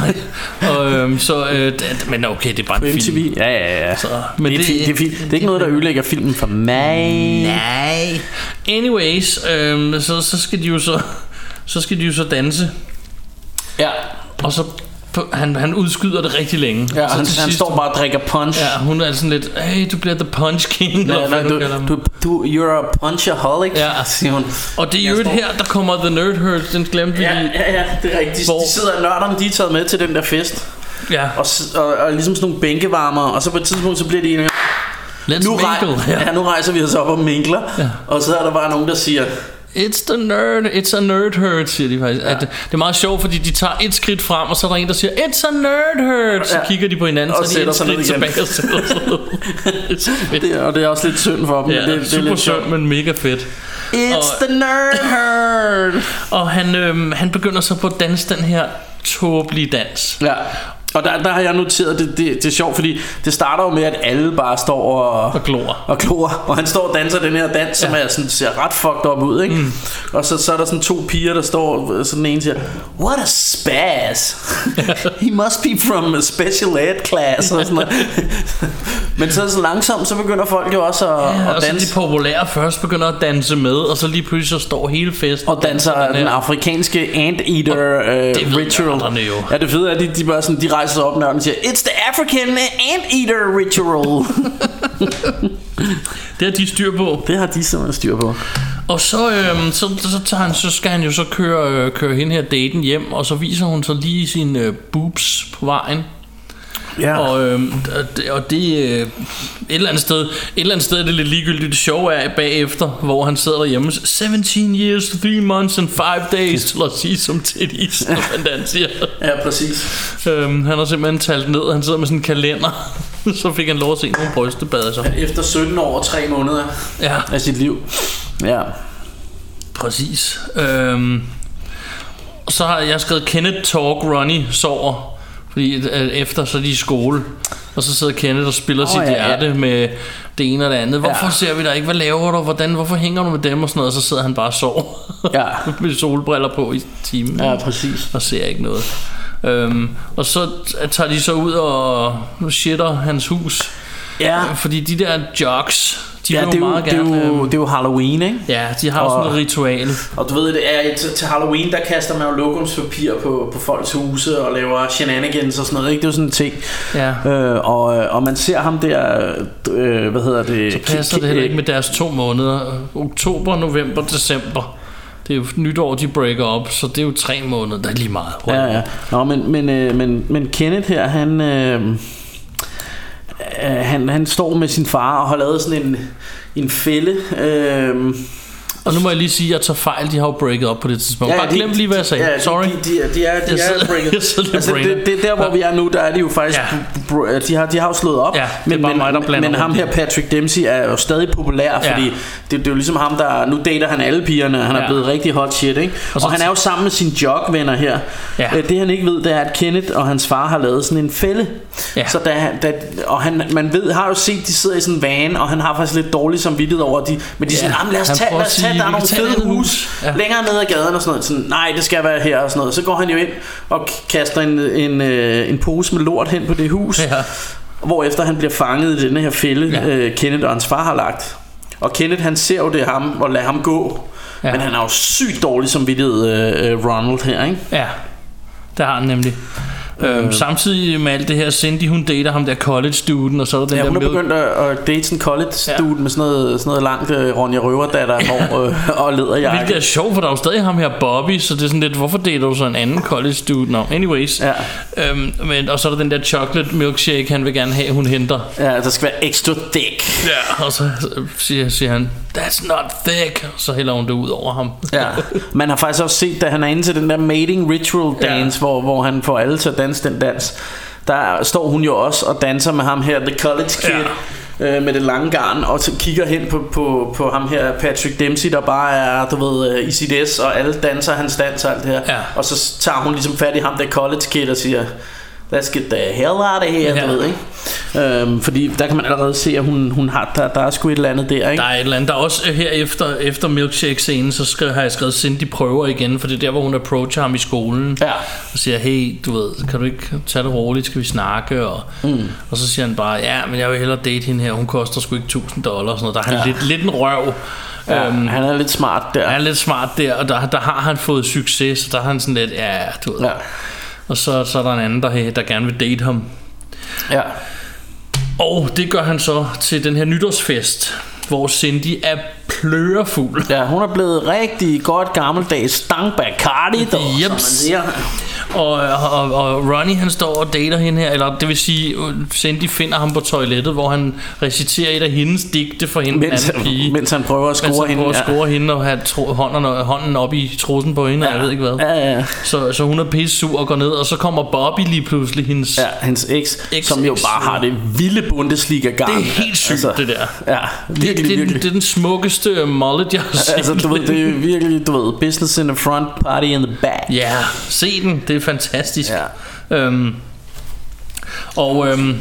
S4: Men okay, det er bare en film.
S3: MTV. Ja. Så, men det er fint. Det er ikke noget der ødelægger filmen for mig.
S4: Nej. Anyways, så skal de jo så danse. Ja. Og så han udskyder det rigtig længe.
S3: Ja, han står bare og drikker punch.
S4: Ja, hun er sådan lidt, hey, du bliver the punch king.
S3: You're a punchaholic, siger hun.
S4: Og det er jo her, der kommer The Nerd Herd. Den glemte vi.
S3: Ja, det er rigtigt. De sidder og nørderne, de er taget med til den der fest. Ja. Og ligesom sådan nogle bænkevarmer. Og så på et tidspunkt, så bliver de enige. Nu rejser vi os op og minkler. Og så er der bare nogen der siger,
S4: it's a nerd herd, siger de faktisk. Det er meget sjovt, fordi de tager et skridt frem, og så er der en der siger, it's a nerd herd. Så kigger de på hinanden, og så er de et skridt tilbage og sætter
S3: og det er også lidt synd for dem.
S4: Ja, det er super synd, men mega fedt.
S3: It's the nerd herd.
S4: Og han begynder så på at danse den her tåbelige dans.
S3: Ja. Og der har jeg noteret, det er sjovt, fordi det starter jo med, at alle bare står og glor. Og han står og danser den her dans, som er sådan, ser ret fucked up ud, ikke? Og så er der sådan to piger, der står, så den ene siger, what a spaz. He must be from a special ed class. Og sådan Men så langsomt, så begynder folk jo også at danse.
S4: Og så de populære først begynder at danse med, og så lige pludselig så står hele festen
S3: og danser den afrikanske Anteater ritual.
S4: Jo.
S3: Ja, det fede er, at de bare sådan, de rejser sig op nørden og siger, it's the African Anteater ritual.
S4: Det har de styr på.
S3: Det har de simpelthen styr på.
S4: Og så skal han jo så køre hende her daten hjem, og så viser hun så lige sine boobs på vejen.
S3: Ja.
S4: Og det et eller andet sted er det lidt ligegyldigt. Det sjove er bagefter, hvor han sidder derhjemme, 17 years, 3 months and 5 days til at sige som titties, som han siger.
S3: Ja, præcis.
S4: Han har simpelthen talt ned. Han sidder med sådan en kalender. Så fik han lov at se nogle brystebader.
S3: Efter 17 år og 3 måneder af sit liv. Ja.
S4: Præcis. Så har jeg skrevet Kenneth Talk Ronnie sover. Fordi efter så er de i skole, og så sidder Kenneth og spiller sit hjerte med det ene og det andet. Hvorfor ser vi dig ikke? Hvad laver du? Hvorfor hænger du med dem og sådan noget? Og så sidder han bare og sover med solbriller på i timen.
S3: Ja, præcis.
S4: Og ser ikke noget. Og så tager de så ud og shitter hans hus.
S3: Ja.
S4: Fordi de der jocks, de vil jo meget gerne.
S3: Det er jo Halloween, ikke?
S4: Ja, de har også sådan et ritual.
S3: Og du ved, det er til Halloween, der kaster man jo lokumspapir på folks huse og laver shenanigans og sådan noget, ikke? Det er jo sådan en ting.
S4: Ja.
S3: Og man ser ham der, hvad hedder det?
S4: Så passer det heller ikke med deres 2 måneder. Oktober, november, december. Det er jo nytår, de breaker op, så det er jo 3 måneder. Der er lige meget.
S3: Ja. Nå, men Kenneth her, han står med sin far og har lavet sådan en fælde.
S4: Og nu må jeg lige sige, at jeg tager fejl. De har jo breaket op på det tidspunkt. Bare glem lige, hvad jeg sagde. Sorry.
S3: De er breaket. Altså, det der, hvor vi er nu, der er de jo faktisk de har jo slået op.
S4: Ja, det er bare mig, der blander.
S3: Men ham her, Patrick Dempsey, er jo stadig populær, fordi det er jo ligesom ham, der nu dater han alle pigerne. Han er blevet rigtig hot shit, ikke? Og han er jo sammen med sine jog-venner her. Det han ikke ved, det er, at Kenneth og hans far har lavet sådan en fælde. Så man ved, har jo set, de sidder i sådan en van, og han har faktisk lidt dårlig samvittighed over de, men de siger, lad os tage, der er nogle fede hus længere ned ad gaden og sådan noget. Sådan, nej, det skal være her og sådan noget. Så går han jo ind og kaster en pose med lort hen på det hus, hvorefter han bliver fanget i denne her fælde, Kenneth og hans far har lagt. Og Kenneth, han ser jo det ham og lader ham gå, men han er jo sygt dårlig samvittighed, Ronald her, ikke? Ja,
S4: det har han nemlig. Samtidig med alt det her, Cindy, hun dater ham der college student, og så er der den der
S3: hun er begyndt at date sådan college student med sådan noget langt Ronja Røverdatter og læderjakke.
S4: Hvilket er sjovt, for der er jo stadig ham her Bobby, så det er sådan lidt, hvorfor dater du så en anden college student? No, anyways. Men, og så er der den der chocolate milkshake, han vil gerne have, hun henter.
S3: Ja, der skal være extra thick.
S4: Ja, og så siger han, that's not thick, så hælder hun det ud over ham.
S3: Ja, man har faktisk også set, da han er inde til den der mating ritual dance, hvor han får alle til at danse den dans. Der står hun jo også og danser med ham her, the college kid, med det lange garn, og så kigger hen på ham her, Patrick Dempsey, der bare er, du ved, i sit S, og alle danser hans dans og alt det her. Og så tager hun ligesom fat i ham, der college kid, og siger, let's get the hell out of here, du ved, ikke? Fordi der kan man allerede se, at hun har, der er sgu et eller andet der, ikke?
S4: Der er et eller andet. Der er også her efter milkshake-scenen, så har jeg skrevet Cindy prøver igen, for det er der, hvor hun approacher ham i skolen og siger, hey, du ved, kan du ikke tage det roligt, skal vi snakke? Og så siger han bare, ja, men jeg vil hellere date hende her, hun koster sgu ikke $1,000 og sådan noget. Der er han lidt en røv.
S3: Han er lidt smart der.
S4: Han er lidt smart der, og der har han fået succes, så der har han sådan lidt, du ved. Og så er der en anden, der gerne vil date ham.
S3: Ja. Og
S4: det gør han så til den her nytårsfest, hvor Cindy er plørefuld.
S3: Ja, hun er blevet rigtig godt gammeldags Stang Bacardi, som man siger.
S4: Og Ronnie, han står og dater hende her, eller det vil sige, Cindy finder ham på toilettet, hvor han reciterer et af hendes digte for hende,
S3: mens han prøver at score hende,
S4: og have hånden op i trussen på hende, jeg ved ikke hvad.
S3: Ja.
S4: Så hun er pissesur og går ned, og så kommer Bobby lige pludselig, hendes
S3: eks, som jo bare har det vilde Bundesliga-garn.
S4: Det er helt sygt, det der.
S3: Ja, virkelig.
S4: Det er den smukkeste mullet, jeg har set.
S3: Altså, du ved, det er virkelig, du ved, business in the front, party in the back.
S4: Ja, se den, det er fantastisk. Ja.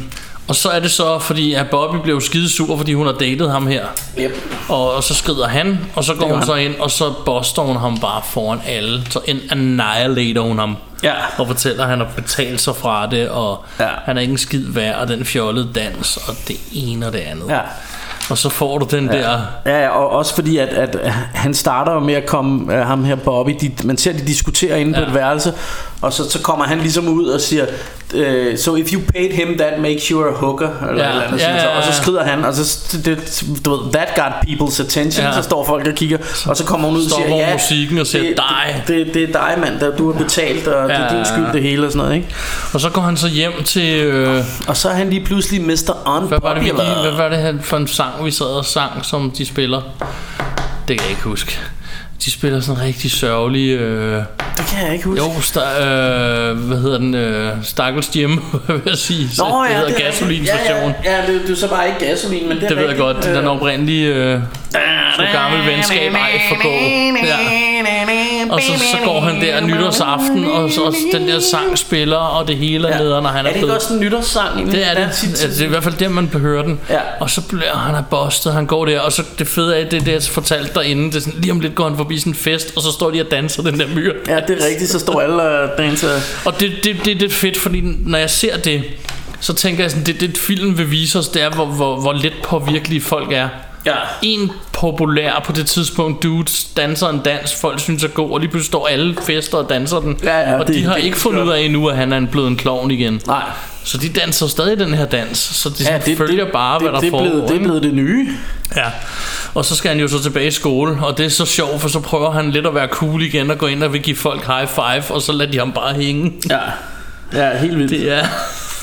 S4: Og så er det så, fordi at Bobby blev skidesur, fordi hun har datet ham her.
S3: Yep.
S4: Og så skrider han, og så går hun så ind, og så buster hun ham bare foran alle. Så annihilater hun ham.
S3: Ja.
S4: Og fortæller, at han har betalt sig fra det, og han er ikke en skid værd, og den fjollede dans, og det ene og det andet.
S3: Ja.
S4: Og så får du den der...
S3: Ja, og også fordi at han starter med at komme, ham her Bobby, man ser de diskuterer inde på et værelse, og så kommer han ligesom ud og siger, so if you paid him, that makes you a hooker, eller eller andet, og så skrider han, og så du ved, that got people's attention, så står folk og kigger, og så kommer hun ud og siger, ja,
S4: musikken og siger,
S3: det er dig, mand, der du har betalt, og det er din skyld, det hele og sådan noget, ikke?
S4: Og så går han så hjem til...
S3: og så er han lige pludselig Mr. Unpopular.
S4: Hvad var det for en sang, vi sad og sang, som de spiller? Det kan jeg ikke huske. De spiller sådan en rigtig sørgelig...
S3: Det kan jeg ikke huske.
S4: Jo, hvad hedder den? Stakkels Jim, vil jeg sige.
S3: Nå,
S4: det hedder Gasolin-station.
S3: Ja, det er så bare ikke Gasolin, men
S4: det ved jeg godt. Den oprindelige så gammel venskab ej for gå. Ja. Og så går han der nytårsaften, og så den der sang spiller, og det hele er nede, når han er
S3: det ikke også en nytårssang?
S4: Det er det. Det er i hvert fald der, man behøver den. Ja. Og så bliver han bustet, han går der, og så det fede af det, jeg fortalte derinde, det er sådan, lige om lidt går han forbi sådan en fest, og så står de og danser den der myr.
S3: Ja, det er rigtigt, så står alle og danser.
S4: Og det er lidt fedt, fordi når jeg ser det, så tænker jeg sådan, det film vil vise os, det er, hvor lidt påvirkelige folk er.
S3: Ja.
S4: En populær på det tidspunkt dudes danser en dans, folk synes er god, og lige pludselig står alle fester og danser den. Og de har ikke fundet ud af endnu, at han er blevet en klovn igen.
S3: Nej.
S4: Så de danser stadig den her dans. Så det følger bare, hvad der foregår.
S3: Det er blevet det nye.
S4: Ja. Og så skal han jo så tilbage i skole, og det er så sjovt, for så prøver han lidt at være cool igen og gå ind og vil give folk high five, og så lader de ham bare hænge.
S3: Ja, helt vildt.
S4: Det er...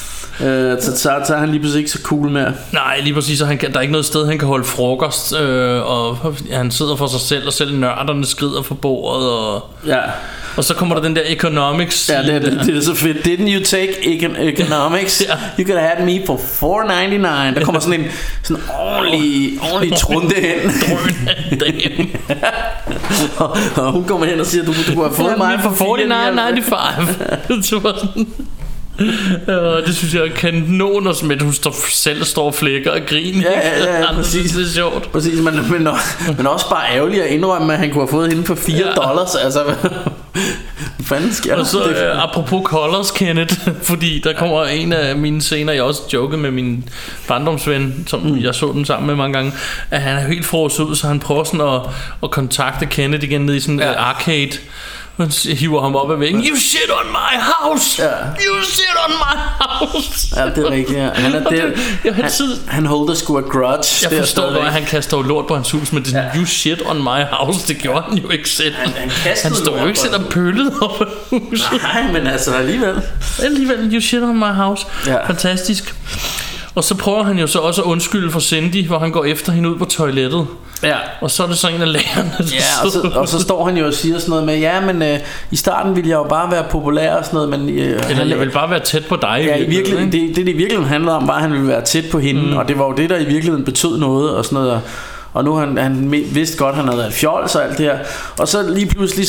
S3: så er han lige præcis ikke så cool mere.
S4: Nej, lige præcis, der er ikke noget sted han kan holde frokost, og han sidder for sig selv, og selv nørderne skrider for bordet, og så kommer der den der economics.
S3: Ja, det er så fedt. Didn't you take economics? You could have had me for $4.99. Der kommer sådan en ordentlig trunde hen. og hun kommer hen og siger, du kunne have fået mig for
S4: $49.95. Det synes jeg er kanon, som at hun selv står og flækker og griner.
S3: Ja, præcis.
S4: Det er sjovt.
S3: Præcis, men også bare ærgerligt at indrømme, at han kunne have fået hende for $4. Altså, hvad fanden sker der?
S4: Og så apropos Colors, Kenneth, fordi der kommer en af mine scener, jeg også joket med min barndomsven, som jeg så den sammen med mange gange, at han er helt frosset ud, så han prøver sådan at kontakte Kenneth igen ned i sådan en arcade. Man hiver ham op ad væggen. You shit on my house. You shit on my house.
S3: Ja, det er rigtigt. Ja. Han holder sgu a grudge.
S4: Jeg forstår godt, at han kaster jo lort på hans hus, men det er you shit on my house. Det gjorde han jo ikke selv. Han stod jo ikke selv og pøllede op ad huset.
S3: Nej, men altså alligevel,
S4: you shit on my house. Fantastisk. Og så prøver han jo så også at undskylde for Cindy, hvor han går efter hende ud på toilettet.
S3: Ja.
S4: Og så er det så en af lærerne.
S3: Ja, og så står han jo og siger sådan noget med, ja, men i starten ville jeg jo bare være populær og sådan noget, men
S4: eller jeg vil bare være tæt på dig.
S3: Ja, i virkeligheden, det i virkeligheden handlede om, var at han ville være tæt på hende, og det var jo det, der i virkeligheden betød noget og sådan noget. Og nu han vidste godt, han havde været fjols og alt det her. Og så lige pludselig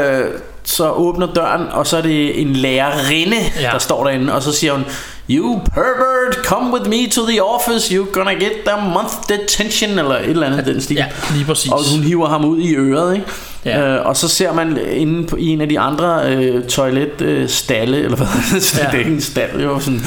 S3: så åbner døren, og så er det en lærerinde, der står derinde, og så siger hun, you pervert, come with me to the office, you're gonna get the month detention, eller et eller andet den stil.
S4: Ja, lige præcis.
S3: Og hun hiver ham ud i øret, ikke? Ja. Og så ser man inde på en af de andre toiletstalle, eller hvad det er ikke en stald, det var sådan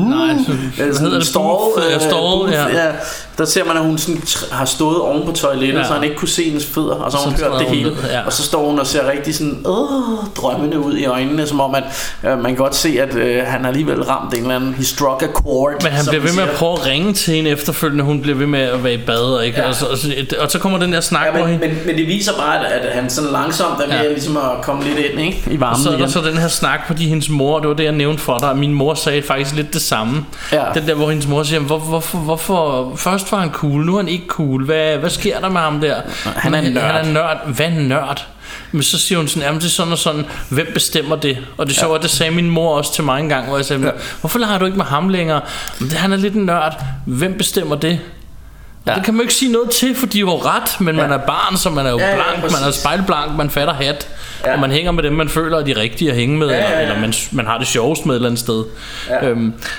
S3: sådan stall, der ser man, at hun sådan har stået oven på toilettet, så han ikke kunne se hendes fødder, og så har hun hørt det hele, og så står hun og ser rigtig sådan drømmende ud i øjnene, som om at man kan godt se, at han alligevel ramt en eller anden, he struck a chord.
S4: Men han bliver ved med at prøve at ringe til hende efterfølgende, hun bliver ved med at være i bad, ikke? Og så kommer den der snak på hende.
S3: Men det viser bare, at han sådan langsomt er ved ligesom at komme lidt ind, ikke? I varmen.
S4: Så er der så den her snak, fordi hendes mor, det var det jeg nævnte for dig, min mor sagde faktisk lidt det samme. Den der, hvor hendes mor siger, hvorfor først var han cool, nu er han ikke cool, hvad sker der med ham der?
S3: Han er
S4: nørd. Hvad er nørd? Men så siger hun sådan, jamen det er sådan og sådan, hvem bestemmer det? Og det så, at det sagde min mor også til mig en gang, hvor jeg sagde, hvorfor leger du ikke med ham længere? Men han er lidt en nørd. Hvem bestemmer det? Det kan man jo ikke sige noget til, for de er jo ret. Men man er barn, så man er jo blank, man er spejlblank, man fatter hat, og man hænger med dem, man føler er de rigtige at hænge med, eller man har det sjovest med et eller andet sted.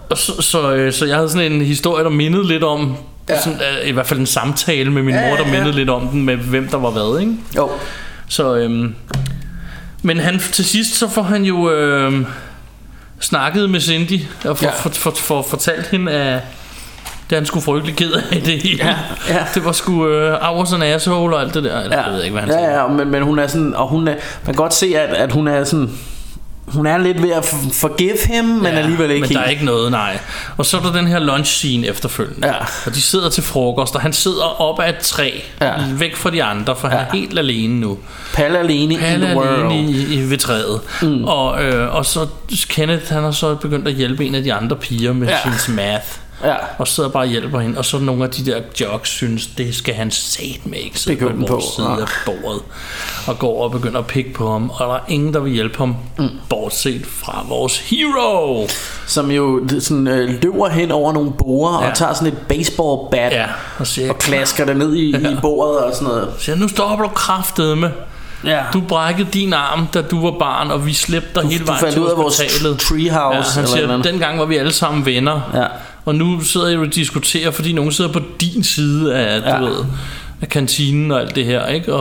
S4: Så jeg havde sådan en historie, der mindede lidt om sådan, i hvert fald en samtale med min mor, der mindede lidt om den, med hvem der var hvad, ikke?
S3: Jo.
S4: Så men han til sidst så får han jo snakket med Cindy og for fortalt hende at det han skulle frygtelig ked af det hele. Det var sgu hours and asshole og alt det der. Jeg ved ikke hvad han siger.
S3: Men hun er sådan, og hun er, man kan godt se at hun er sådan, hun er lidt ved at forgive ham, men alligevel ikke
S4: men
S3: helt.
S4: der er ikke noget, nej. Og så er der den her lunch scene efterfølgende. Og de sidder til frokost, og han sidder op ad et træ, væk fra de andre, for han er helt alene nu.
S3: Palle alene in the world.
S4: ved træet. Og så Kenneth, han har så begyndt at hjælpe en af de andre piger med sin math. Og sidder bare og hjælper hende. Og så nogle af de der jocks synes, det skal han satme ikke sidde på vores side af bordet og går og begynder at pikke på ham. Og der er ingen der vil hjælpe ham, bortset fra vores hero,
S3: som jo sådan, løber hen over nogle borer og tager sådan et baseball bat og klasker det ned i bordet og sådan noget.
S4: Så nu stopper du kraftedeme. Du brækkede din arm, da du var barn, og vi slæbte dig hele vejen til hospitalet.
S3: Treehouse.
S4: Han siger, dengang var vi alle sammen venner. Og nu sidder jeg og diskuterer, fordi nogen sidder på din side af, du ved, af kantinen og alt det her, ikke?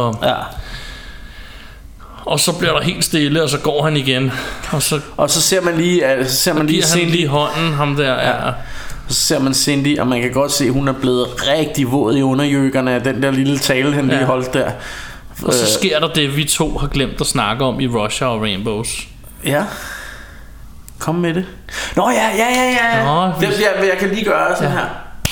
S4: Og så bliver der helt stille, og så går han igen.
S3: Og så ser man lige,
S4: han lige hånden, ham der.
S3: Så ser man Cindy, og man kan godt se, at hun er blevet rigtig våd i underjøkkerne af den der lille tale, han lige holdt der.
S4: Og så sker der det, vi to har glemt at snakke om i Rush Hour Rainbows.
S3: Ja. Kom med det. Nå ja. Jeg kan lige gøre sådan her.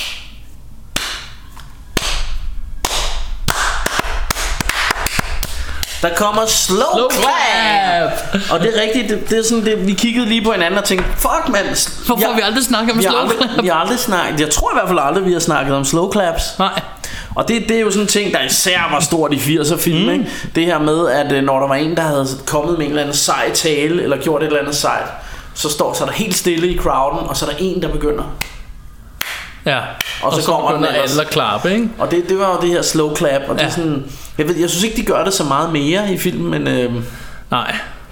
S3: Der kommer slow clap. Og det er rigtigt. Det er sådan det. Vi kiggede lige på hinanden og tænkte, fuck mand.
S4: Hvorfor har vi aldrig snakket om slow clap?
S3: Vi har aldrig snakket. Jeg tror i hvert fald aldrig vi har snakket om slow claps.
S4: Nej.
S3: Og det er jo sådan en ting, der især var stort i 80'er film, ikke? Det her med, at når der var en, der havde kommet med en eller anden sej tale, eller gjort et eller andet sejt, så er der helt stille i crowden, og så er der en, der begynder.
S4: Ja, og så kommer den alle at klappe, ikke?
S3: Og det var jo det her slow clap, og det er sådan, jeg synes ikke, de gør det så meget mere i filmen, men...
S4: Nej.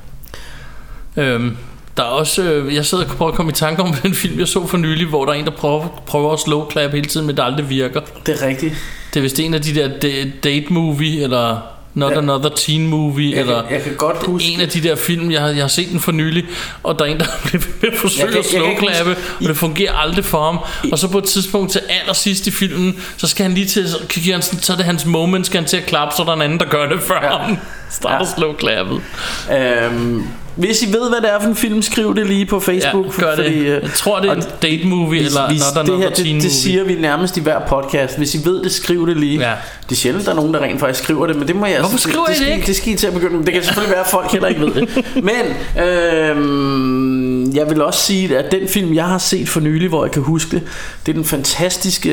S4: Der er også, jeg sidder og prøver at komme i tanke om den film, jeg så for nylig, hvor der er en, der prøver at slow clap hele tiden, men det aldrig virker.
S3: Det er rigtigt.
S4: Det er vist en af de der date movie, eller Not Another Teen Movie,
S3: jeg kan godt huske
S4: en af de der film, jeg har set den for nylig, og der er en, der bliver forsøgt at slow-clappe, og det fungerer aldrig for ham. Og så på et tidspunkt til allersidst i filmen, så skal han lige til, så er det hans moment, skal han til at klappe, så er der en anden, der gør det før ham. Starter slow-clappet.
S3: Hvis I ved, hvad det er for en film, skriv det lige på Facebook.
S4: Gør det. Jeg tror, det er en date movie, eller Not Another Teen Movie.
S3: Det siger vi nærmest i hver podcast. Hvis I ved det, skriv det lige. Det er sjældent, der er nogen, der rent faktisk skriver det, men det må jeg...
S4: Hvorfor skriver I det ikke?
S3: Det skal I til at begynde med. Det kan selvfølgelig være, at folk heller ikke ved det. Men jeg vil også sige, at den film, jeg har set for nylig, hvor jeg kan huske det, det er den fantastiske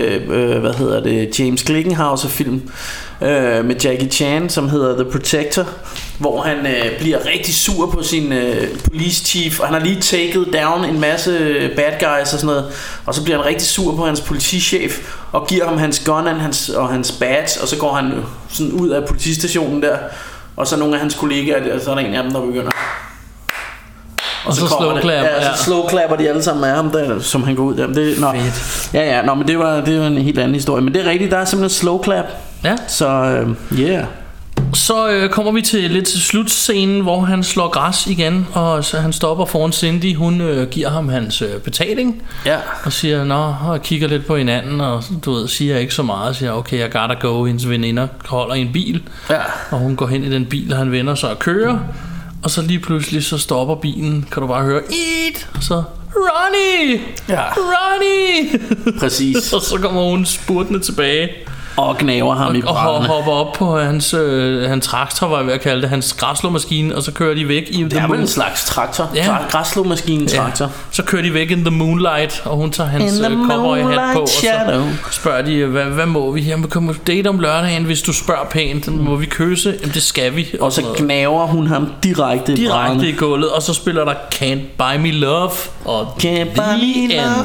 S3: James Glickenhaus film med Jackie Chan, som hedder The Protector, hvor han bliver rigtig sur på sin police chief, og han har lige taket down en masse bad guys og sådan noget, og så bliver han rigtig sur på hans politichef og giver ham hans gun og hans badge, og så går han sådan ud af politistationen der, og så nogle af hans kollegaer, og så er der en af dem, der begynder.
S4: Og så
S3: slow-clapper de alle sammen af ham der, som han går ud der. Men det var en helt anden historie. Men det er rigtigt, der er simpelthen slow-clap.
S4: Ja.
S3: Så
S4: Så kommer vi til lidt slutscenen, hvor han slår græs igen, og så han stopper foran Cindy. Hun giver ham hans betaling, og siger, og kigger lidt på hinanden, og du ved, siger ikke så meget, og siger, okay, I gotta go. Hendes veninder holder i en bil, og hun går hen i den bil, og han vender sig og kører. Og så lige pludselig så stopper bilen, kan du bare høre eat, og så Ronnie, Ronnie.
S3: Præcis.
S4: Og så kommer hun spurtende tilbage
S3: og gnaver ham i brænderne
S4: og hopper op på hans traktor, var jeg ved at kalde det, hans græsslåmaskine, og så kører de væk i
S3: det er vel en slags traktor, græsslåmaskine traktor.
S4: Så kører de væk in the moonlight, og hun tager hans cowboyhat på, og så spørger de, hvad må vi her? Vi kommer date om lørdagen, hvis du spørger pænt. Må vi kysse? Jamen det skal vi.
S3: Og så gnaver hun ham direkte
S4: i gulvet, og så spiller der Can't Buy Me Love og
S3: Can't Buy Me Love.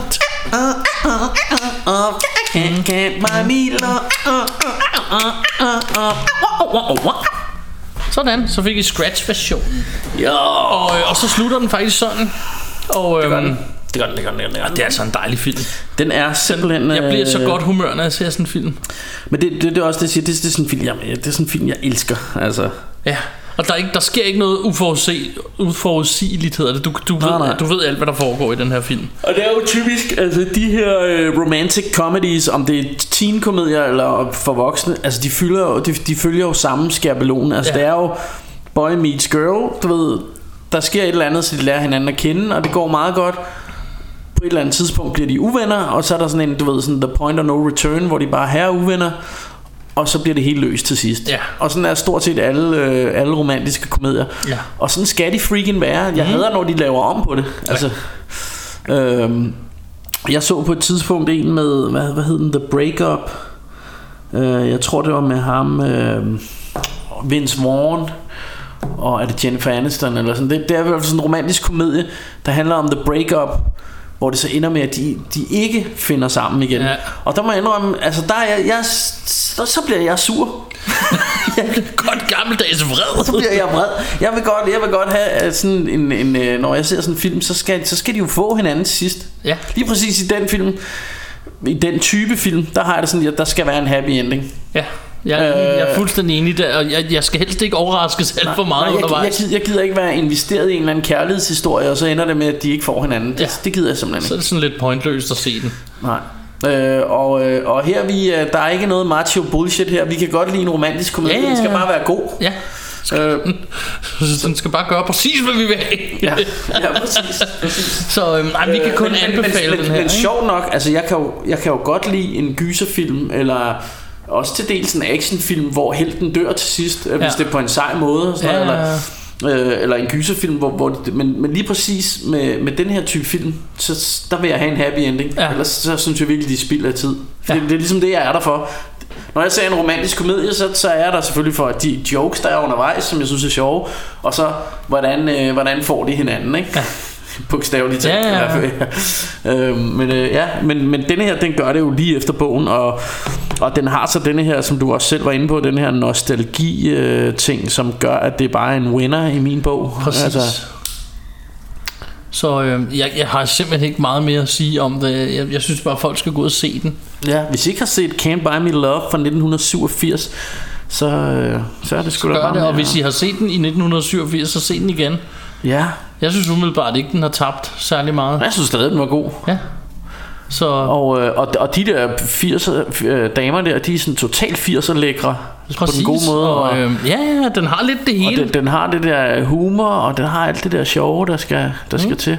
S3: Can't buy me love.
S4: Sådan, så fik I scratch-versionen. Og så slutter den faktisk sådan. Og
S3: Det gør den.
S4: Det er altså en dejlig film.
S3: Den er simpelthen...
S4: Jeg bliver så godt humør, når jeg ser sådan en film.
S3: Men det er også det, jeg siger. Det er sådan en film, det er sådan en film, jeg elsker. Altså.
S4: Ja. Og der sker ikke noget uforudsigeligt, hedder det. Du ved alt, hvad der foregår i den her film.
S3: Og det er jo typisk, altså de her romantic comedies, om det er teen-komedier eller for voksne, altså de følger jo samme skabelon. Altså det er jo boy meets girl, du ved, der sker et eller andet, så de lærer hinanden at kende, og det går meget godt. På et eller andet tidspunkt bliver de uvenner, og så er der sådan en, du ved, sådan the point of no return, hvor de bare er uvenner. Og så bliver det helt løst til sidst. Og sådan er stort set alle romantiske komedier. Og sådan skal de freaking være. Jeg hader, når de laver om på det. Altså, jeg så på et tidspunkt en med hvad hed den, The Breakup. Jeg tror det var med ham, Vince Vaughn, og er det Jennifer Aniston eller sådan. Det er i hvert fald sådan en romantisk komedie, der handler om The Breakup, hvor det så ender med, at de ikke finder sammen igen. Og der må jeg indrømme, altså der er jeg så bliver jeg sur.
S4: Godt gammeldags vred.
S3: Så bliver jeg vred. Jeg vil godt have sådan en når jeg ser sådan en film, så skal de jo få hinanden til sidst. Lige præcis i den film, i den type film, der har jeg det sådan, at der skal være en happy ending.
S4: Jeg er fuldstændig enig der, og jeg skal helst ikke overraskes alt for meget undervejs.
S3: Jeg gider ikke være investeret i en eller anden kærlighedshistorie, og så ender det med, at de ikke får hinanden. Det gider jeg simpelthen ikke.
S4: Så er det sådan lidt pointløst at se den.
S3: Nej. Og her der er ikke noget macho bullshit her. Vi kan godt lide en romantisk komedie. Den skal bare være god.
S4: Den skal bare gøre præcis hvad vi vil have.
S3: Præcis.
S4: Så vi kan kun anbefale den her.
S3: Men sjovt nok, altså jeg kan jo godt lide en gyserfilm, eller også til dels en actionfilm, hvor helten dør til sidst, hvis det er på en sej måde, eller en gyserfilm, men lige præcis med den her type film, så der vil jeg have en happy ending. Ellers så synes jeg virkelig, de spilder af tid. Det er ligesom det, jeg er der for. Når jeg ser en romantisk komedie, så er jeg der selvfølgelig for de jokes, der er undervejs, som jeg synes er sjove, og så hvordan får de hinanden, ikke? Bogstaveligt talt. Men denne her, den gør det jo lige efter bogen, og den har så denne her, som du også selv var inde på, den her nostalgi ting, som gør, at det bare er en winner i min bog.
S4: Præcis. Altså. Så jeg har simpelthen ikke meget mere at sige om det. Jeg synes bare, at folk skal gå ud og se den.
S3: Hvis I ikke har set Can't Buy Me Love fra 1987, så er det sgu da bare
S4: det. Og hvis I har set den i 1987, så se den igen. Jeg synes umiddelbart ikke, den har tabt særlig meget.
S3: Jeg synes stadig, den var god. Så og de der 80'er damer der, de er sådan totalt 80'er lækre. På den gode måde.
S4: Og den har lidt det hele.
S3: Og den har det der humor, og den har alt det der sjove, der skal til.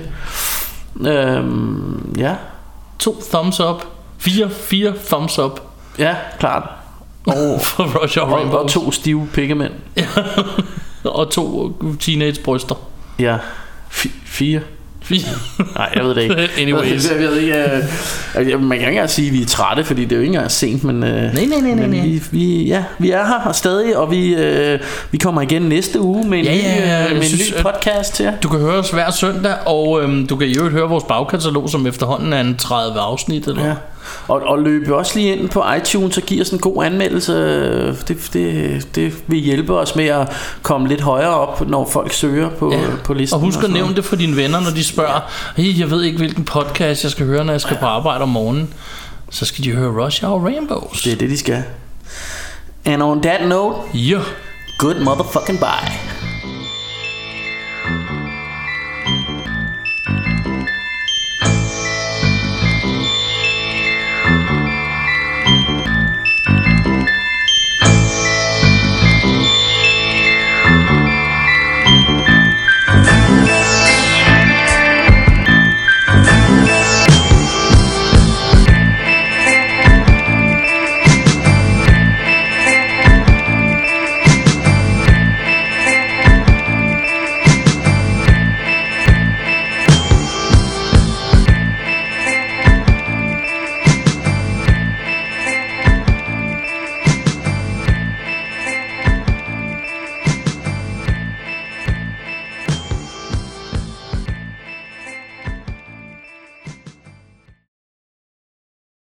S4: 2 thumbs up. 4 thumbs up.
S3: Ja, klart.
S4: For Rush Hour Rainbows.
S3: Og 2 stive pikkemænd.
S4: Og 2 teenage bryster.
S3: 4. Nej, jeg ved det ikke.
S4: Anyways.
S3: Jeg ved ikke, man kan ikke engang sige, at vi er trætte, fordi det er jo ikke engang sent, men
S4: nej.
S3: Vi er her og stadig, og vi kommer igen næste uge med en ny podcast til jer.
S4: Du kan høre os hver søndag, og du kan i øvrigt høre vores bagkatalog, som efterhånden er en 30 afsnit eller.
S3: Ja. Og løb også lige ind på iTunes og giv os en god anmeldelse. Det vil hjælpe os med at komme lidt højere op, når folk søger på listen.
S4: Og husk at nævne det for dine venner, når de spørger, hey, jeg ved ikke hvilken podcast jeg skal høre, når jeg skal på arbejde om morgenen. Så skal de høre Rush Hour Rainbows.
S3: Det er det, de skal. And on that note,
S4: good
S3: motherfucking bye.